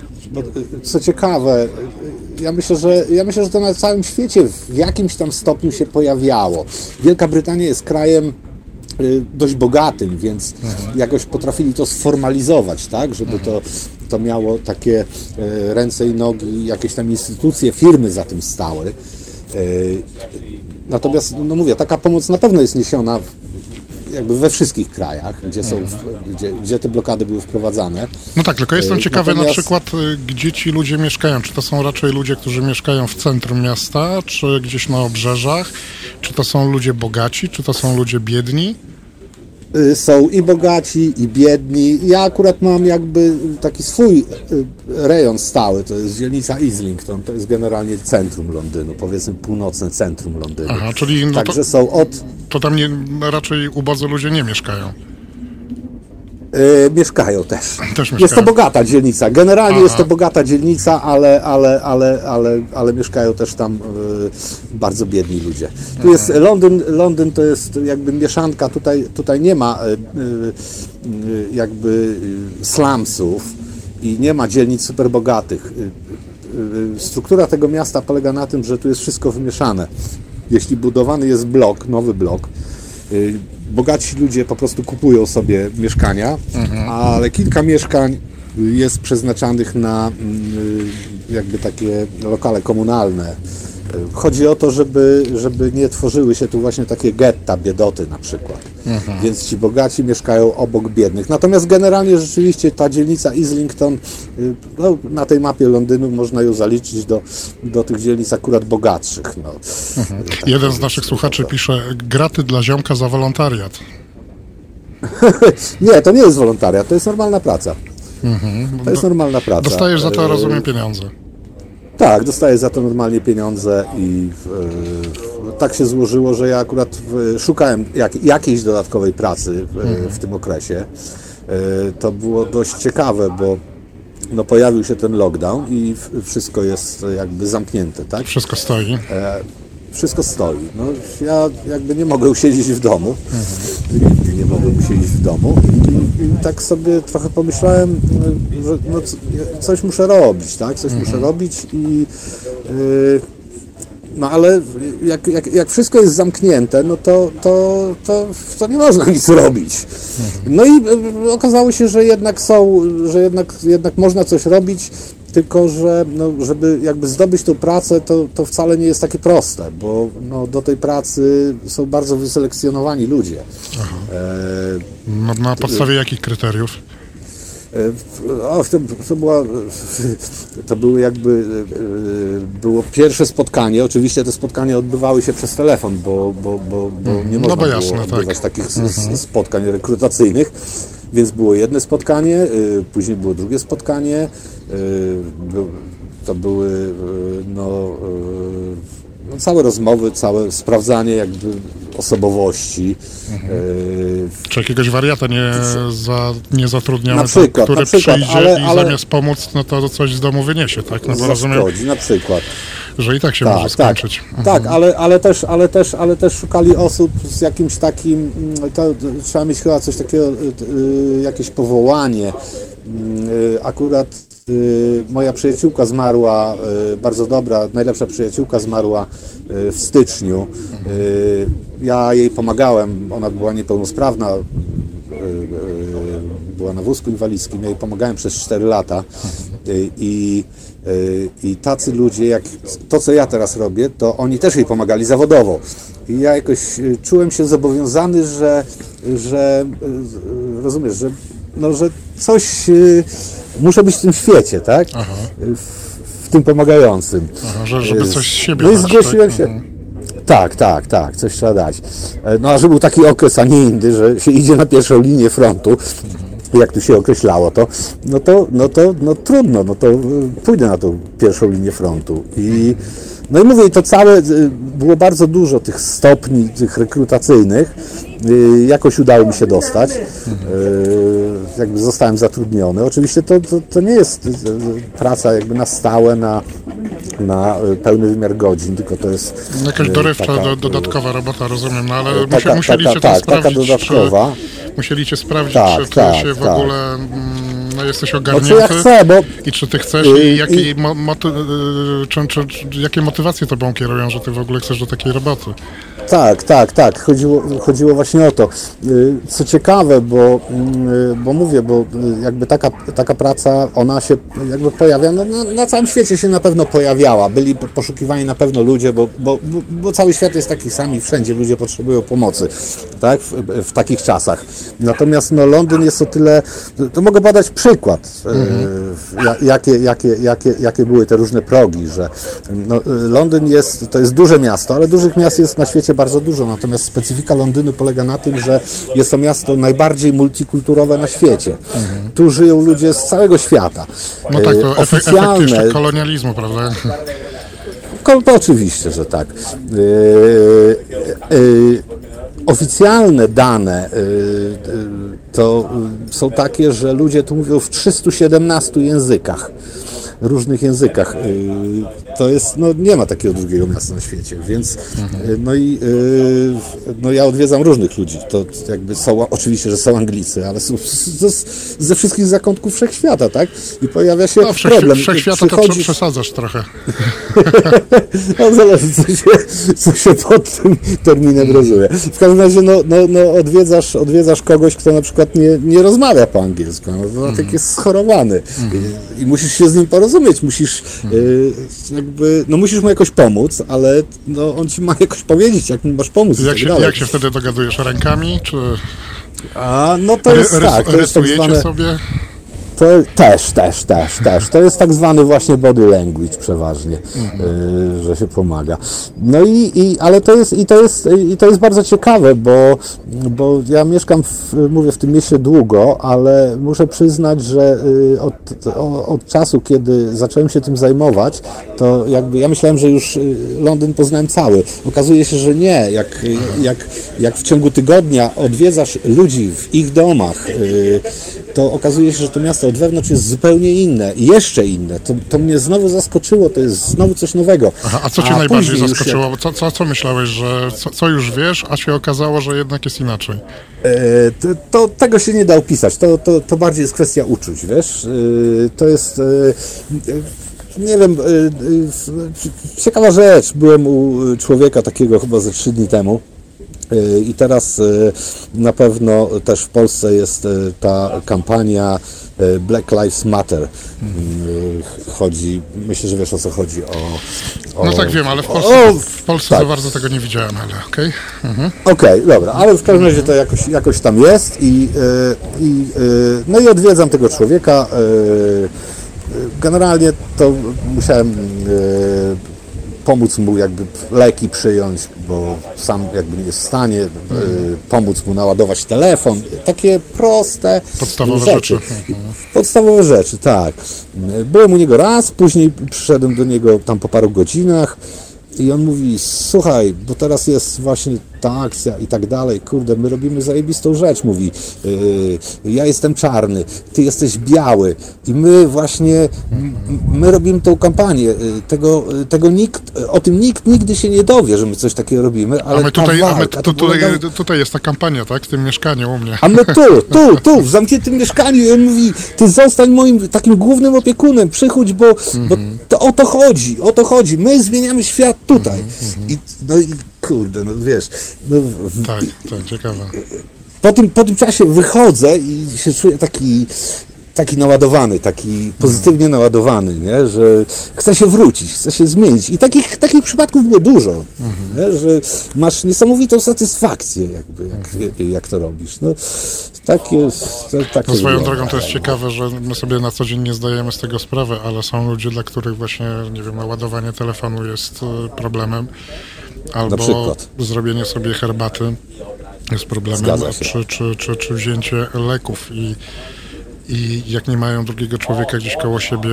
Co ciekawe, ja myślę, że to na całym świecie w jakimś tam stopniu się pojawiało. Wielka Brytania jest krajem dość bogatym, więc jakoś potrafili to sformalizować, tak, żeby to miało takie ręce i nogi, jakieś tam instytucje, firmy za tym stały. Natomiast, no mówię, taka pomoc na pewno jest niesiona jakby we wszystkich krajach, gdzie te blokady były wprowadzane. No tak, tylko jestem ciekawy na przykład, gdzie ci ludzie mieszkają. Czy to są raczej ludzie, którzy mieszkają w centrum miasta, czy gdzieś na obrzeżach? Czy to są ludzie bogaci, czy to są ludzie biedni? Są i bogaci, i biedni. Ja akurat mam jakby taki swój rejon stały, to jest dzielnica Islington, to jest generalnie centrum Londynu, powiedzmy północne centrum Londynu. Aha, czyli no także to tam raczej ubodzy ludzie nie mieszkają. Mieszkają też. Jest to bogata dzielnica. Generalnie jest to bogata dzielnica, ale mieszkają też tam bardzo biedni ludzie. Tu jest Londyn to jest jakby mieszanka, tutaj nie ma jakby slumsów i nie ma dzielnic super bogatych. Struktura tego miasta polega na tym, że tu jest wszystko wymieszane. Jeśli budowany jest nowy blok, bogaci ludzie po prostu kupują sobie mieszkania, ale kilka mieszkań jest przeznaczanych na jakby takie lokale komunalne. Chodzi o to, żeby nie tworzyły się tu właśnie takie getta, biedoty na przykład. Więc ci bogaci mieszkają obok biednych. Natomiast generalnie rzeczywiście ta dzielnica Islington, no, na tej mapie Londynu można ją zaliczyć do tych dzielnic akurat bogatszych. No. Jeden z naszych słuchaczy pisze, graty dla ziomka za wolontariat. Nie, to nie jest wolontariat, to jest normalna praca. To jest normalna praca. Dostajesz za to, rozumiem, pieniądze. Tak, dostaję za to normalnie pieniądze i tak się złożyło, że ja akurat szukałem jakiejś dodatkowej pracy w tym okresie. To było dość ciekawe, bo no pojawił się ten lockdown i wszystko jest jakby zamknięte, tak? Wszystko stoi. Wszystko stoi. No, ja jakby nie mogę usiedzieć w domu. Nigdy nie mogę usiedzieć w domu. I tak sobie trochę pomyślałem, że no, coś muszę robić, tak? Coś muszę robić i no ale jak wszystko jest zamknięte, no to nie można nic robić. No i okazało się, że jednak można coś robić, tylko że no, żeby jakby zdobyć tą pracę, to wcale nie jest takie proste, bo no, do tej pracy są bardzo wyselekcjonowani ludzie. Na podstawie jakich kryteriów? Było pierwsze spotkanie. Oczywiście te spotkania odbywały się przez telefon, bo nie można było odbywać takich spotkań rekrutacyjnych. Więc było jedno spotkanie, później było drugie spotkanie. To były całe rozmowy, całe sprawdzanie jakby osobowości. Czy jakiegoś wariata nie zatrudniamy, który przyjdzie i zamiast pomóc, no to coś z domu wyniesie, tak? No bo rozumiem, na przykład. Że i tak się może skończyć. Tak, ale też szukali osób z jakimś takim, to trzeba mieć chyba coś takiego, jakieś powołanie. Akurat moja przyjaciółka zmarła, bardzo dobra, najlepsza przyjaciółka zmarła w styczniu. Ja jej pomagałem, ona była niepełnosprawna, była na wózku inwalidzkim, ja jej pomagałem przez 4 lata i tacy ludzie, jak to, co ja teraz robię, to oni też jej pomagali zawodowo. I ja jakoś czułem się zobowiązany, że rozumiesz, że coś muszę być w tym świecie, tak? W tym pomagającym. Żeby coś z siebie dać. No i zgłosiłem się. Tak, coś trzeba dać. No a że był taki okres, a nie inny, że się idzie na pierwszą linię frontu, jak tu się określało, no trudno, no to pójdę na tą pierwszą linię frontu. No i mówię, to całe, było bardzo dużo tych stopni, tych rekrutacyjnych, jakoś udało mi się dostać, jakby zostałem zatrudniony. Oczywiście to nie jest praca jakby na stałe, na pełny wymiar godzin, tylko to jest jakaś dorywcza, dodatkowa robota, rozumiem, no ale musieliście to sprawdzić, taka dodatkowa. Musieliście sprawdzić, czy ty się w ogóle jesteś ogarnięty, ja chcę, i czy ty chcesz i jakie motywacje tobą kierują, że ty w ogóle chcesz do takiej roboty. Tak. Chodziło właśnie o to. Co ciekawe, bo mówię, bo jakby taka praca, ona się jakby pojawia, na całym świecie się na pewno pojawiała. Byli poszukiwani na pewno ludzie, bo cały świat jest taki sam i wszędzie ludzie potrzebują pomocy, tak? W takich czasach. Natomiast Londyn jest o tyle, to mogę podać przykład, jakie były te różne progi, że Londyn to jest duże miasto, ale dużych miast jest na świecie bardzo dużo, natomiast specyfika Londynu polega na tym, że jest to miasto najbardziej multikulturowe na świecie. Tu żyją ludzie z całego świata. No tak, to efekt jeszcze kolonializmu, prawda? To oczywiście, że tak. Oficjalne dane to są takie, że ludzie tu mówią w 317 językach. Różnych językach. To jest, nie ma takiego drugiego miasta na świecie, więc ja odwiedzam różnych ludzi. To jakby są, oczywiście, że są Anglicy, ale są ze wszystkich zakątków wszechświata, tak? I pojawia się problem. Wszechświata to przesadzasz trochę. Zależy, co się pod tym terminem rozumie. W każdym razie, odwiedzasz kogoś, kto na przykład nie rozmawia po angielsku, tak jest schorowany i musisz się z nim porozumieć, musisz musisz mu jakoś pomóc, ale on ci ma jakoś powiedzieć, jak mu masz pomóc. Jak się wtedy dogadujesz? Rękami, czy... To jest tak. To jest tak zwane... sobie? To też. To jest tak zwany właśnie body language przeważnie, że się pomaga. Ale to jest bardzo ciekawe, bo ja mieszkam w tym mieście długo, ale muszę przyznać, że od czasu, kiedy zacząłem się tym zajmować, to jakby ja myślałem, że już Londyn poznałem cały. Okazuje się, że nie. Jak w ciągu tygodnia odwiedzasz ludzi w ich domach, to okazuje się, że to miasto od wewnątrz jest zupełnie inne i jeszcze inne. To mnie znowu zaskoczyło, to jest znowu coś nowego. Aha, a co cię najbardziej zaskoczyło? Co myślałeś, że co już wiesz, a się okazało, że jednak jest inaczej? To tego się nie da opisać, to bardziej jest kwestia uczuć, wiesz? To jest... Nie wiem, ciekawa rzecz. Byłem u człowieka takiego chyba ze 3 dni temu i teraz na pewno też w Polsce jest ta kampania Black Lives Matter. Chodzi, myślę, że wiesz, o co chodzi. No tak wiem, ale w Polsce tak. Za bardzo tego nie widziałem, ale okej. Okej, dobra, ale w każdym razie to jakoś tam jest no i odwiedzam tego człowieka. Generalnie to musiałem pomóc mu jakby leki przyjąć, bo sam jakby nie jest w stanie, pomóc mu naładować telefon. Takie proste podstawowe rzeczy. Podstawowe rzeczy, tak. Byłem u niego raz, później przyszedłem do niego tam po paru godzinach i on mówi, słuchaj, bo teraz jest właśnie ta akcja i tak dalej, kurde, my robimy zajebistą rzecz, mówi, ja jestem czarny, ty jesteś biały i my robimy tą kampanię, o tym nikt nigdy się nie dowie, że my coś takiego robimy, ale tutaj jest ta kampania, tak, w tym mieszkaniu u mnie. A my tu, w zamkniętym mieszkaniu i on mówi, ty zostań moim takim głównym opiekunem, przychodź, bo to o to chodzi, my zmieniamy świat tutaj. No i kurde, no wiesz. No, tak, ciekawe. Po tym czasie wychodzę i się czuję taki naładowany, taki pozytywnie naładowany, nie? Że chce się wrócić, chce się zmienić. I takich przypadków było dużo, nie? Że masz niesamowitą satysfakcję, jakby, jak to robisz. No, tak jest. Tak no swoją drogą to jest ciekawe, że my sobie na co dzień nie zdajemy z tego sprawy, ale są ludzie, dla których właśnie, nie wiem, naładowanie telefonu jest problemem. Albo zrobienie sobie herbaty jest problemem, czy wzięcie leków i jak nie mają drugiego człowieka gdzieś koło siebie,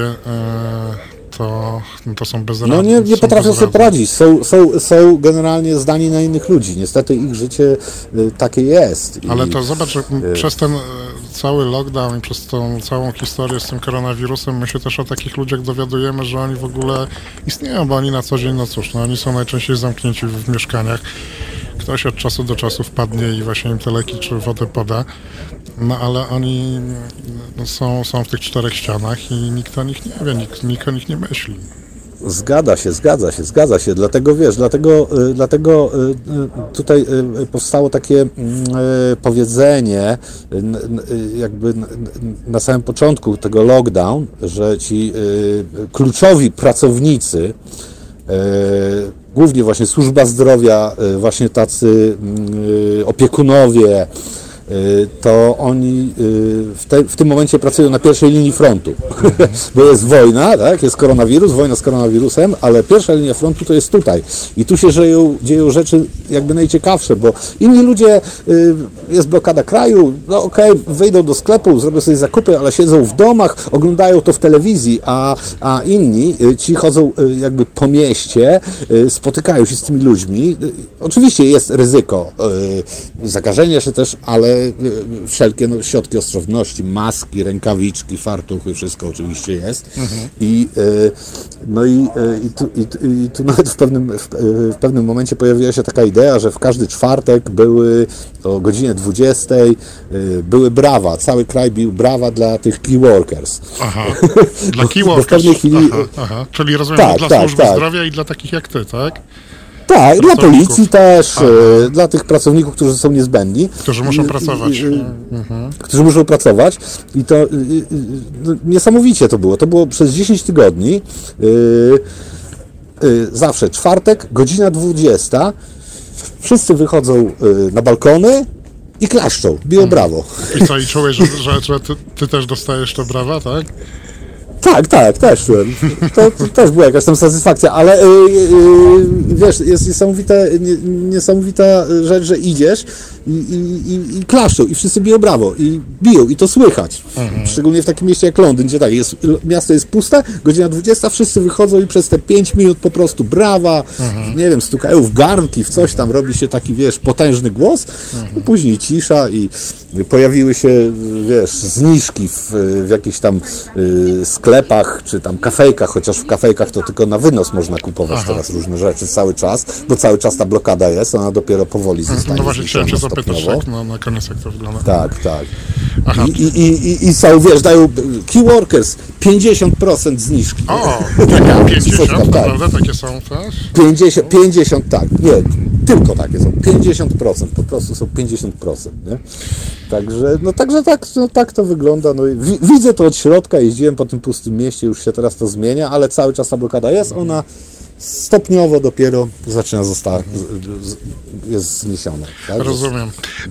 to są bezradni. No nie potrafią sobie poradzić, są generalnie zdani na innych ludzi, niestety ich życie takie jest. Ale to zobacz, że przez ten cały lockdown i przez tą całą historię z tym koronawirusem my się też o takich ludziach dowiadujemy, że oni w ogóle istnieją, bo oni na co dzień, no cóż, no oni są najczęściej zamknięci w mieszkaniach. Ktoś od czasu do czasu wpadnie i właśnie im te leki czy wodę poda, no ale oni są w tych 4 ścianach i nikt o nich nie wie, nikt o nich nie myśli. Zgadza się. Dlatego tutaj powstało takie powiedzenie jakby na samym początku tego lockdown, że ci kluczowi pracownicy, głównie właśnie służba zdrowia, właśnie tacy opiekunowie, to oni w tym momencie pracują na pierwszej linii frontu, bo jest wojna, tak? Jest koronawirus, wojna z koronawirusem, ale pierwsza linia frontu to jest tutaj i tu się dzieją rzeczy jakby najciekawsze, bo inni ludzie, jest blokada kraju, no okej, wyjdą do sklepu, zrobią sobie zakupy, ale siedzą w domach, oglądają to w telewizji, a inni, ci chodzą jakby po mieście, spotykają się z tymi ludźmi. Oczywiście jest ryzyko zakażenia się też, ale wszelkie środki ostrożności, maski, rękawiczki, fartuchy, wszystko oczywiście jest. I tu nawet w pewnym momencie pojawiła się taka idea, że w każdy czwartek były o godzinie 20 były brawa, cały kraj bił brawa dla tych key workers. Aha, dla key workers. W pewnej chwili... Aha. Czyli rozumiem, dla służby zdrowia i dla takich jak ty, tak? Tak, dla policji też, dla tych pracowników, którzy są niezbędni. Którzy muszą pracować. Którzy muszą pracować i to niesamowicie to było. To było przez 10 tygodni, zawsze czwartek, godzina 20, wszyscy wychodzą na balkony i klaszczą, biją brawo. I co, i czułeś, że ty też dostajesz te brawa, tak? Tak, też czułem. To też była jakaś tam satysfakcja, ale wiesz, jest niesamowita rzecz, że idziesz i klaszczą i wszyscy biją brawo i biją i to słychać. Szczególnie w takim mieście jak Londyn, gdzie tak, miasto jest puste, godzina 20, wszyscy wychodzą i przez te 5 minut po prostu brawa, nie wiem, stukają w garnki, w coś tam, robi się taki, wiesz, potężny głos, później cisza i pojawiły się, wiesz, zniżki w jakichś tam sklepach, czy tam kafejkach, chociaż w kafejkach to tylko na wynos można kupować teraz różne rzeczy cały czas, bo cały czas ta blokada jest, ona dopiero powoli zostanie. No właśnie chciałem cię zapytać, tak, na koniec jak to wygląda. Tak. I są, wiesz, dają key workers 50% zniżki. O, 50, tam, naprawdę takie są też? 50, tak, nie, tylko takie są, 50%, po prostu są 50%, nie? Także tak to wygląda, no i widzę to od środka, jeździłem po tym pustym mieście, już się teraz to zmienia, ale cały czas ta blokada jest, ona stopniowo dopiero zaczyna jest zniesiona. Tak? Rozumiem.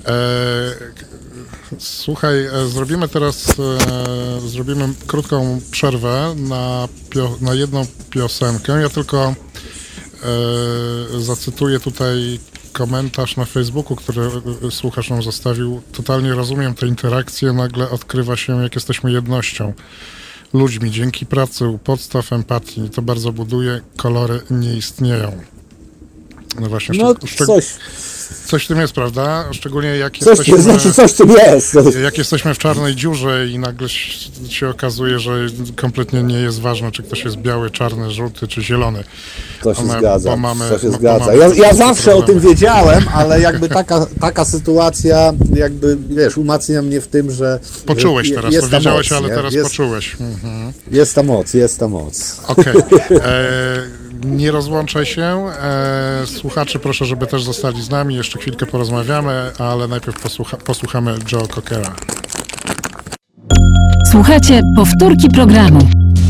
Słuchaj, zrobimy teraz krótką przerwę na jedną piosenkę. Ja tylko zacytuję tutaj komentarz na Facebooku, który słuchacz nam zostawił. Totalnie rozumiem tę interakcję. Nagle odkrywa się, jak jesteśmy jednością. Ludźmi, dzięki pracy u podstaw empatii. To bardzo buduje, kolory nie istnieją. No właśnie, coś w tym jest, prawda? Szczególnie jak jesteśmy... Coś w tym jest! Jak jesteśmy w czarnej dziurze i nagle się okazuje, że kompletnie nie jest ważne, czy ktoś jest biały, czarny, żółty, czy zielony. To się zgadza. Ja zawsze o tym wiedziałem, ale jakby taka sytuacja, jakby, wiesz, umacnia mnie w tym, że... Poczułeś teraz, to wiedziałeś, ale teraz poczułeś. Jest ta moc. Okej. Nie rozłączaj się. Słuchacze proszę, żeby też zostali z nami. Jeszcze chwilkę porozmawiamy, ale najpierw posłuchamy Joe Cockera. Słuchajcie, powtórki programu.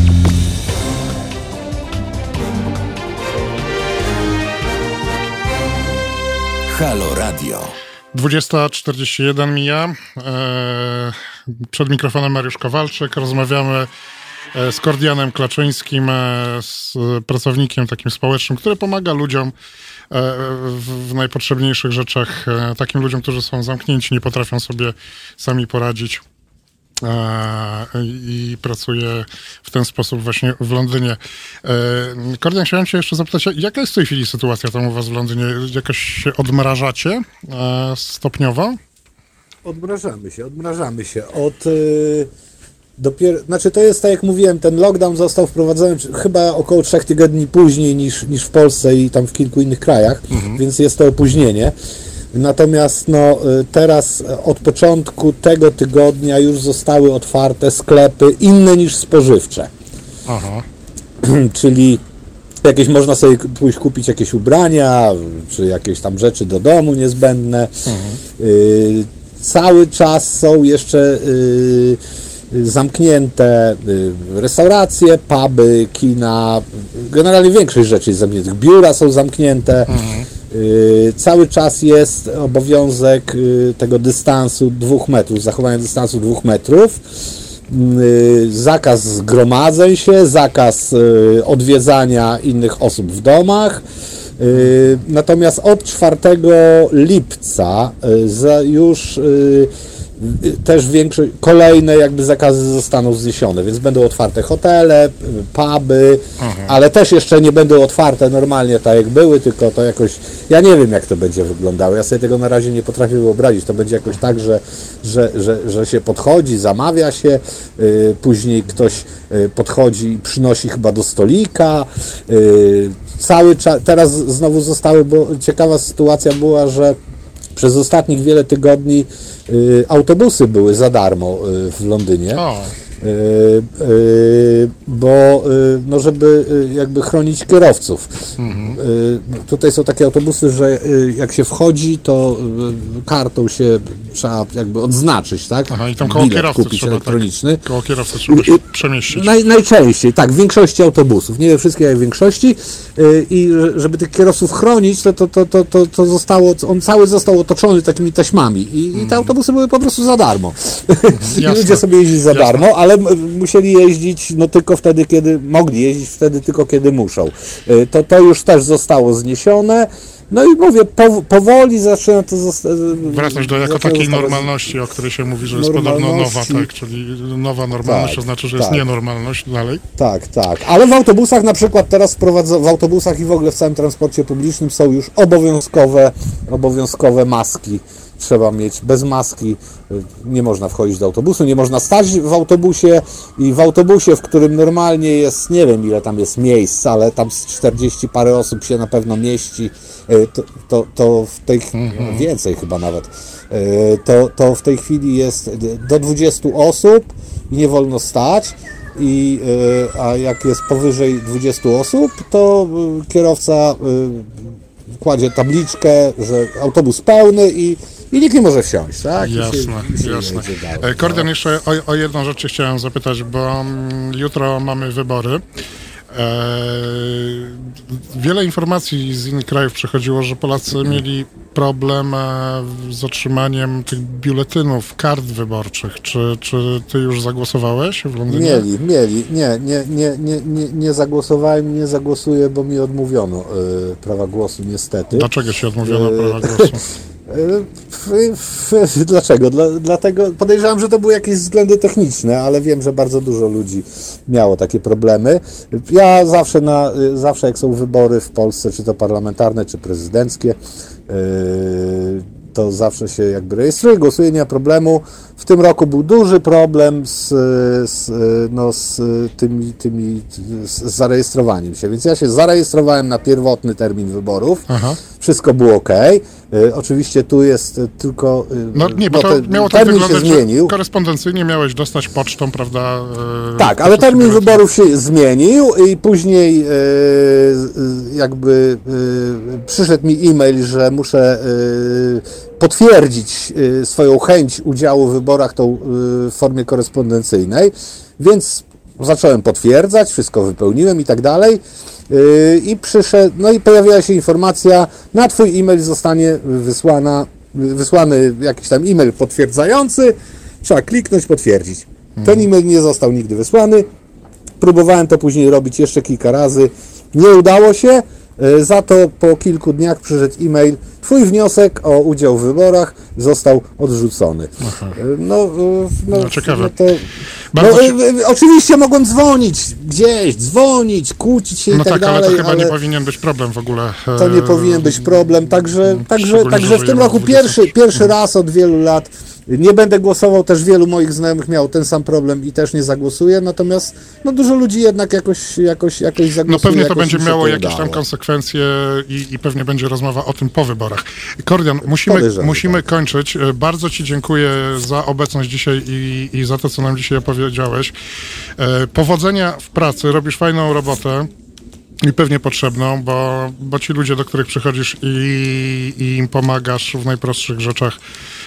Halo Radio. 20:41 mija. Przed mikrofonem Mariusz Kowalczyk. Rozmawiamy z Kordianem Klaczyńskim, z pracownikiem takim społecznym, który pomaga ludziom w najpotrzebniejszych rzeczach, takim ludziom, którzy są zamknięci, nie potrafią sobie sami poradzić i pracuje w ten sposób właśnie w Londynie. Kordian, chciałem cię jeszcze zapytać, jaka jest w tej chwili sytuacja tam u was w Londynie? Jakoś się odmrażacie stopniowo? Odmrażamy się. Znaczy to jest tak jak mówiłem, ten lockdown został wprowadzony chyba około 3 tygodni później niż w Polsce i tam w kilku innych krajach, więc jest to opóźnienie. Natomiast teraz od początku tego tygodnia już zostały otwarte sklepy inne niż spożywcze. Aha. Czyli jakieś można sobie pójść kupić jakieś ubrania, czy jakieś tam rzeczy do domu niezbędne. Cały czas są jeszcze zamknięte restauracje, puby, kina, generalnie większość rzeczy jest zamkniętych, biura są zamknięte, cały czas jest obowiązek tego dystansu 2 metrów, zachowania dystansu 2 metrów, zakaz zgromadzeń się, zakaz odwiedzania innych osób w domach. Natomiast od 4 lipca już też kolejne jakby zakazy zostaną zniesione, więc będą otwarte hotele, puby, ale też jeszcze nie będą otwarte normalnie tak jak były, tylko to jakoś, ja nie wiem jak to będzie wyglądało, ja sobie tego na razie nie potrafię wyobrazić, to będzie jakoś tak, że się podchodzi, zamawia się, później ktoś podchodzi i przynosi chyba do stolika, cały czas, teraz znowu zostały, bo ciekawa sytuacja była, że przez ostatnich wiele tygodni autobusy były za darmo w Londynie, bo żeby jakby chronić kierowców. Tutaj są takie autobusy, że jak się wchodzi, to kartą się trzeba jakby odznaczyć, tak? Aha, i tam koło kierowcy kupić elektroniczny. Koło kierowcy trzeba się przemieścić. Najczęściej, tak, w większości autobusów, nie we wszystkich, ale w większości. I żeby tych kierowców chronić, to zostało, on cały został otoczony takimi taśmami i te autobusy były po prostu za darmo. I ludzie sobie jeździli za darmo, ale musieli jeździć tylko wtedy, kiedy mogli jeździć, wtedy tylko kiedy muszą. To już też zostało zniesione. No i mówię, powoli zaczyna to wracać do jako takiej normalności, o której się mówi, że jest podobno nowa, tak? Czyli nowa normalność, to znaczy, że jest nienormalność dalej. Tak. Ale w autobusach na przykład teraz w autobusach i w ogóle w całym transporcie publicznym są już obowiązkowe maski. Trzeba mieć, bez maski nie można wchodzić do autobusu, nie można stać w autobusie i w autobusie, w którym normalnie jest, nie wiem ile tam jest miejsc, ale tam z 40 parę osób się na pewno mieści, to w tej więcej chyba nawet, to w tej chwili jest do 20 osób i nie wolno stać. A jak jest powyżej 20 osób, to kierowca kładzie tabliczkę, że autobus pełny i nikt nie może wsiąść, tak? Jasne. Kordian, jeszcze o jedną rzecz chciałem zapytać, bo jutro mamy wybory. Wiele informacji z innych krajów przychodziło, że Polacy mieli problem z otrzymaniem tych biuletynów, kart wyborczych. Czy ty już zagłosowałeś w Londynie? Mieli. Nie zagłosowałem, nie zagłosuję, bo mi odmówiono prawa głosu, niestety. Dlaczego ci odmówiono prawa głosu? Dlaczego? Dlatego podejrzewam, że to były jakieś względy techniczne, ale wiem, że bardzo dużo ludzi miało takie problemy. Ja zawsze jak są wybory w Polsce, czy to parlamentarne, czy prezydenckie, to zawsze się jakby rejestruję, głosuję, nie ma problemu. W tym roku był duży problem z zarejestrowaniem się, więc ja się zarejestrowałem na pierwotny termin wyborów. Aha. Wszystko było ok. Oczywiście tu jest tylko... miało tak wyglądać, się zmienił. Korespondencyjnie miałeś dostać pocztą, prawda? Tak, ale termin wyborów się zmienił i później przyszedł mi e-mail, że muszę potwierdzić swoją chęć udziału w wyborach w formie korespondencyjnej, więc zacząłem potwierdzać, wszystko wypełniłem i tak dalej. I i pojawiła się informacja, na twój e-mail zostanie wysłany jakiś tam e-mail potwierdzający, trzeba kliknąć, potwierdzić. Ten e-mail nie został nigdy wysłany, próbowałem to później robić jeszcze kilka razy, nie udało się, za to po kilku dniach przyszedł e-mail, twój wniosek o udział w wyborach został odrzucony. Ciekawe. Oczywiście mogłem dzwonić, kłócić się i tak dalej. Ale to chyba nie powinien być problem w ogóle. To nie powinien być problem, także w tym roku pierwszy raz od wielu lat nie będę głosował, też wielu moich znajomych miało ten sam problem i też nie zagłosuje, natomiast dużo ludzi jednak jakoś zagłosuje. Pewnie to będzie miało jakieś tam konsekwencje i pewnie będzie rozmowa o tym po wyborach. Kordian, musimy kończyć. Bardzo ci dziękuję za obecność dzisiaj i za to, co nam dzisiaj opowiedziałeś. Powodzenia w pracy, robisz fajną robotę. I pewnie potrzebną, bo ci ludzie, do których przychodzisz i im pomagasz w najprostszych rzeczach,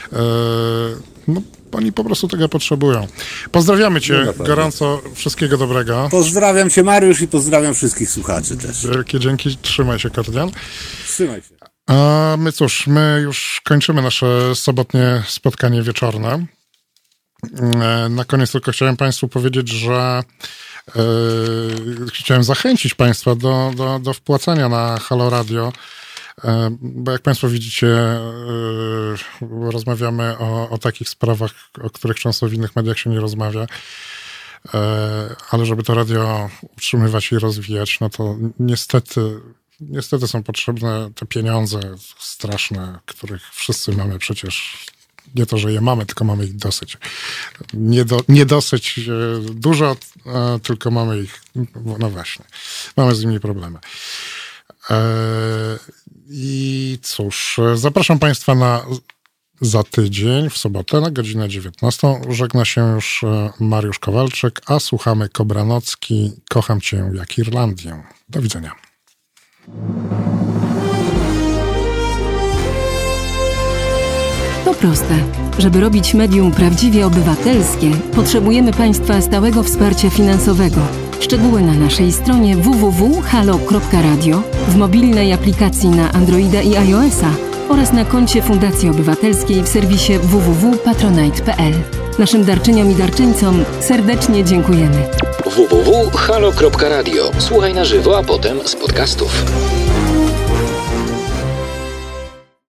oni po prostu tego potrzebują. Pozdrawiamy cię gorąco, wszystkiego dobrego. Pozdrawiam cię, Mariusz, i pozdrawiam wszystkich słuchaczy też. Wielkie dzięki, trzymaj się, Kordian. Trzymaj się. A my już kończymy nasze sobotnie spotkanie wieczorne. Na koniec tylko chciałem Państwu powiedzieć, że chciałem zachęcić Państwa do wpłacania na Halo Radio, bo jak Państwo widzicie, rozmawiamy o takich sprawach, o których często w innych mediach się nie rozmawia, ale żeby to radio utrzymywać i rozwijać, to niestety są potrzebne te pieniądze straszne, których wszyscy mamy przecież. Nie to, że je mamy, tylko mamy ich dosyć. Nie dosyć dużo, tylko mamy ich, właśnie, mamy z nimi problemy. I cóż, zapraszam Państwa za tydzień, w sobotę na godzinę 19. Żegna się już Mariusz Kowalczyk, a słuchamy Kobranocki, Kocham Cię jak Irlandię. Do widzenia. To proste. Żeby robić medium prawdziwie obywatelskie, potrzebujemy Państwa stałego wsparcia finansowego. Szczegóły na naszej stronie www.halo.radio, w mobilnej aplikacji na Androida i iOS-a oraz na koncie Fundacji Obywatelskiej w serwisie www.patronite.pl. Naszym darczyniom i darczyńcom serdecznie dziękujemy. www.halo.radio. Słuchaj na żywo, a potem z podcastów.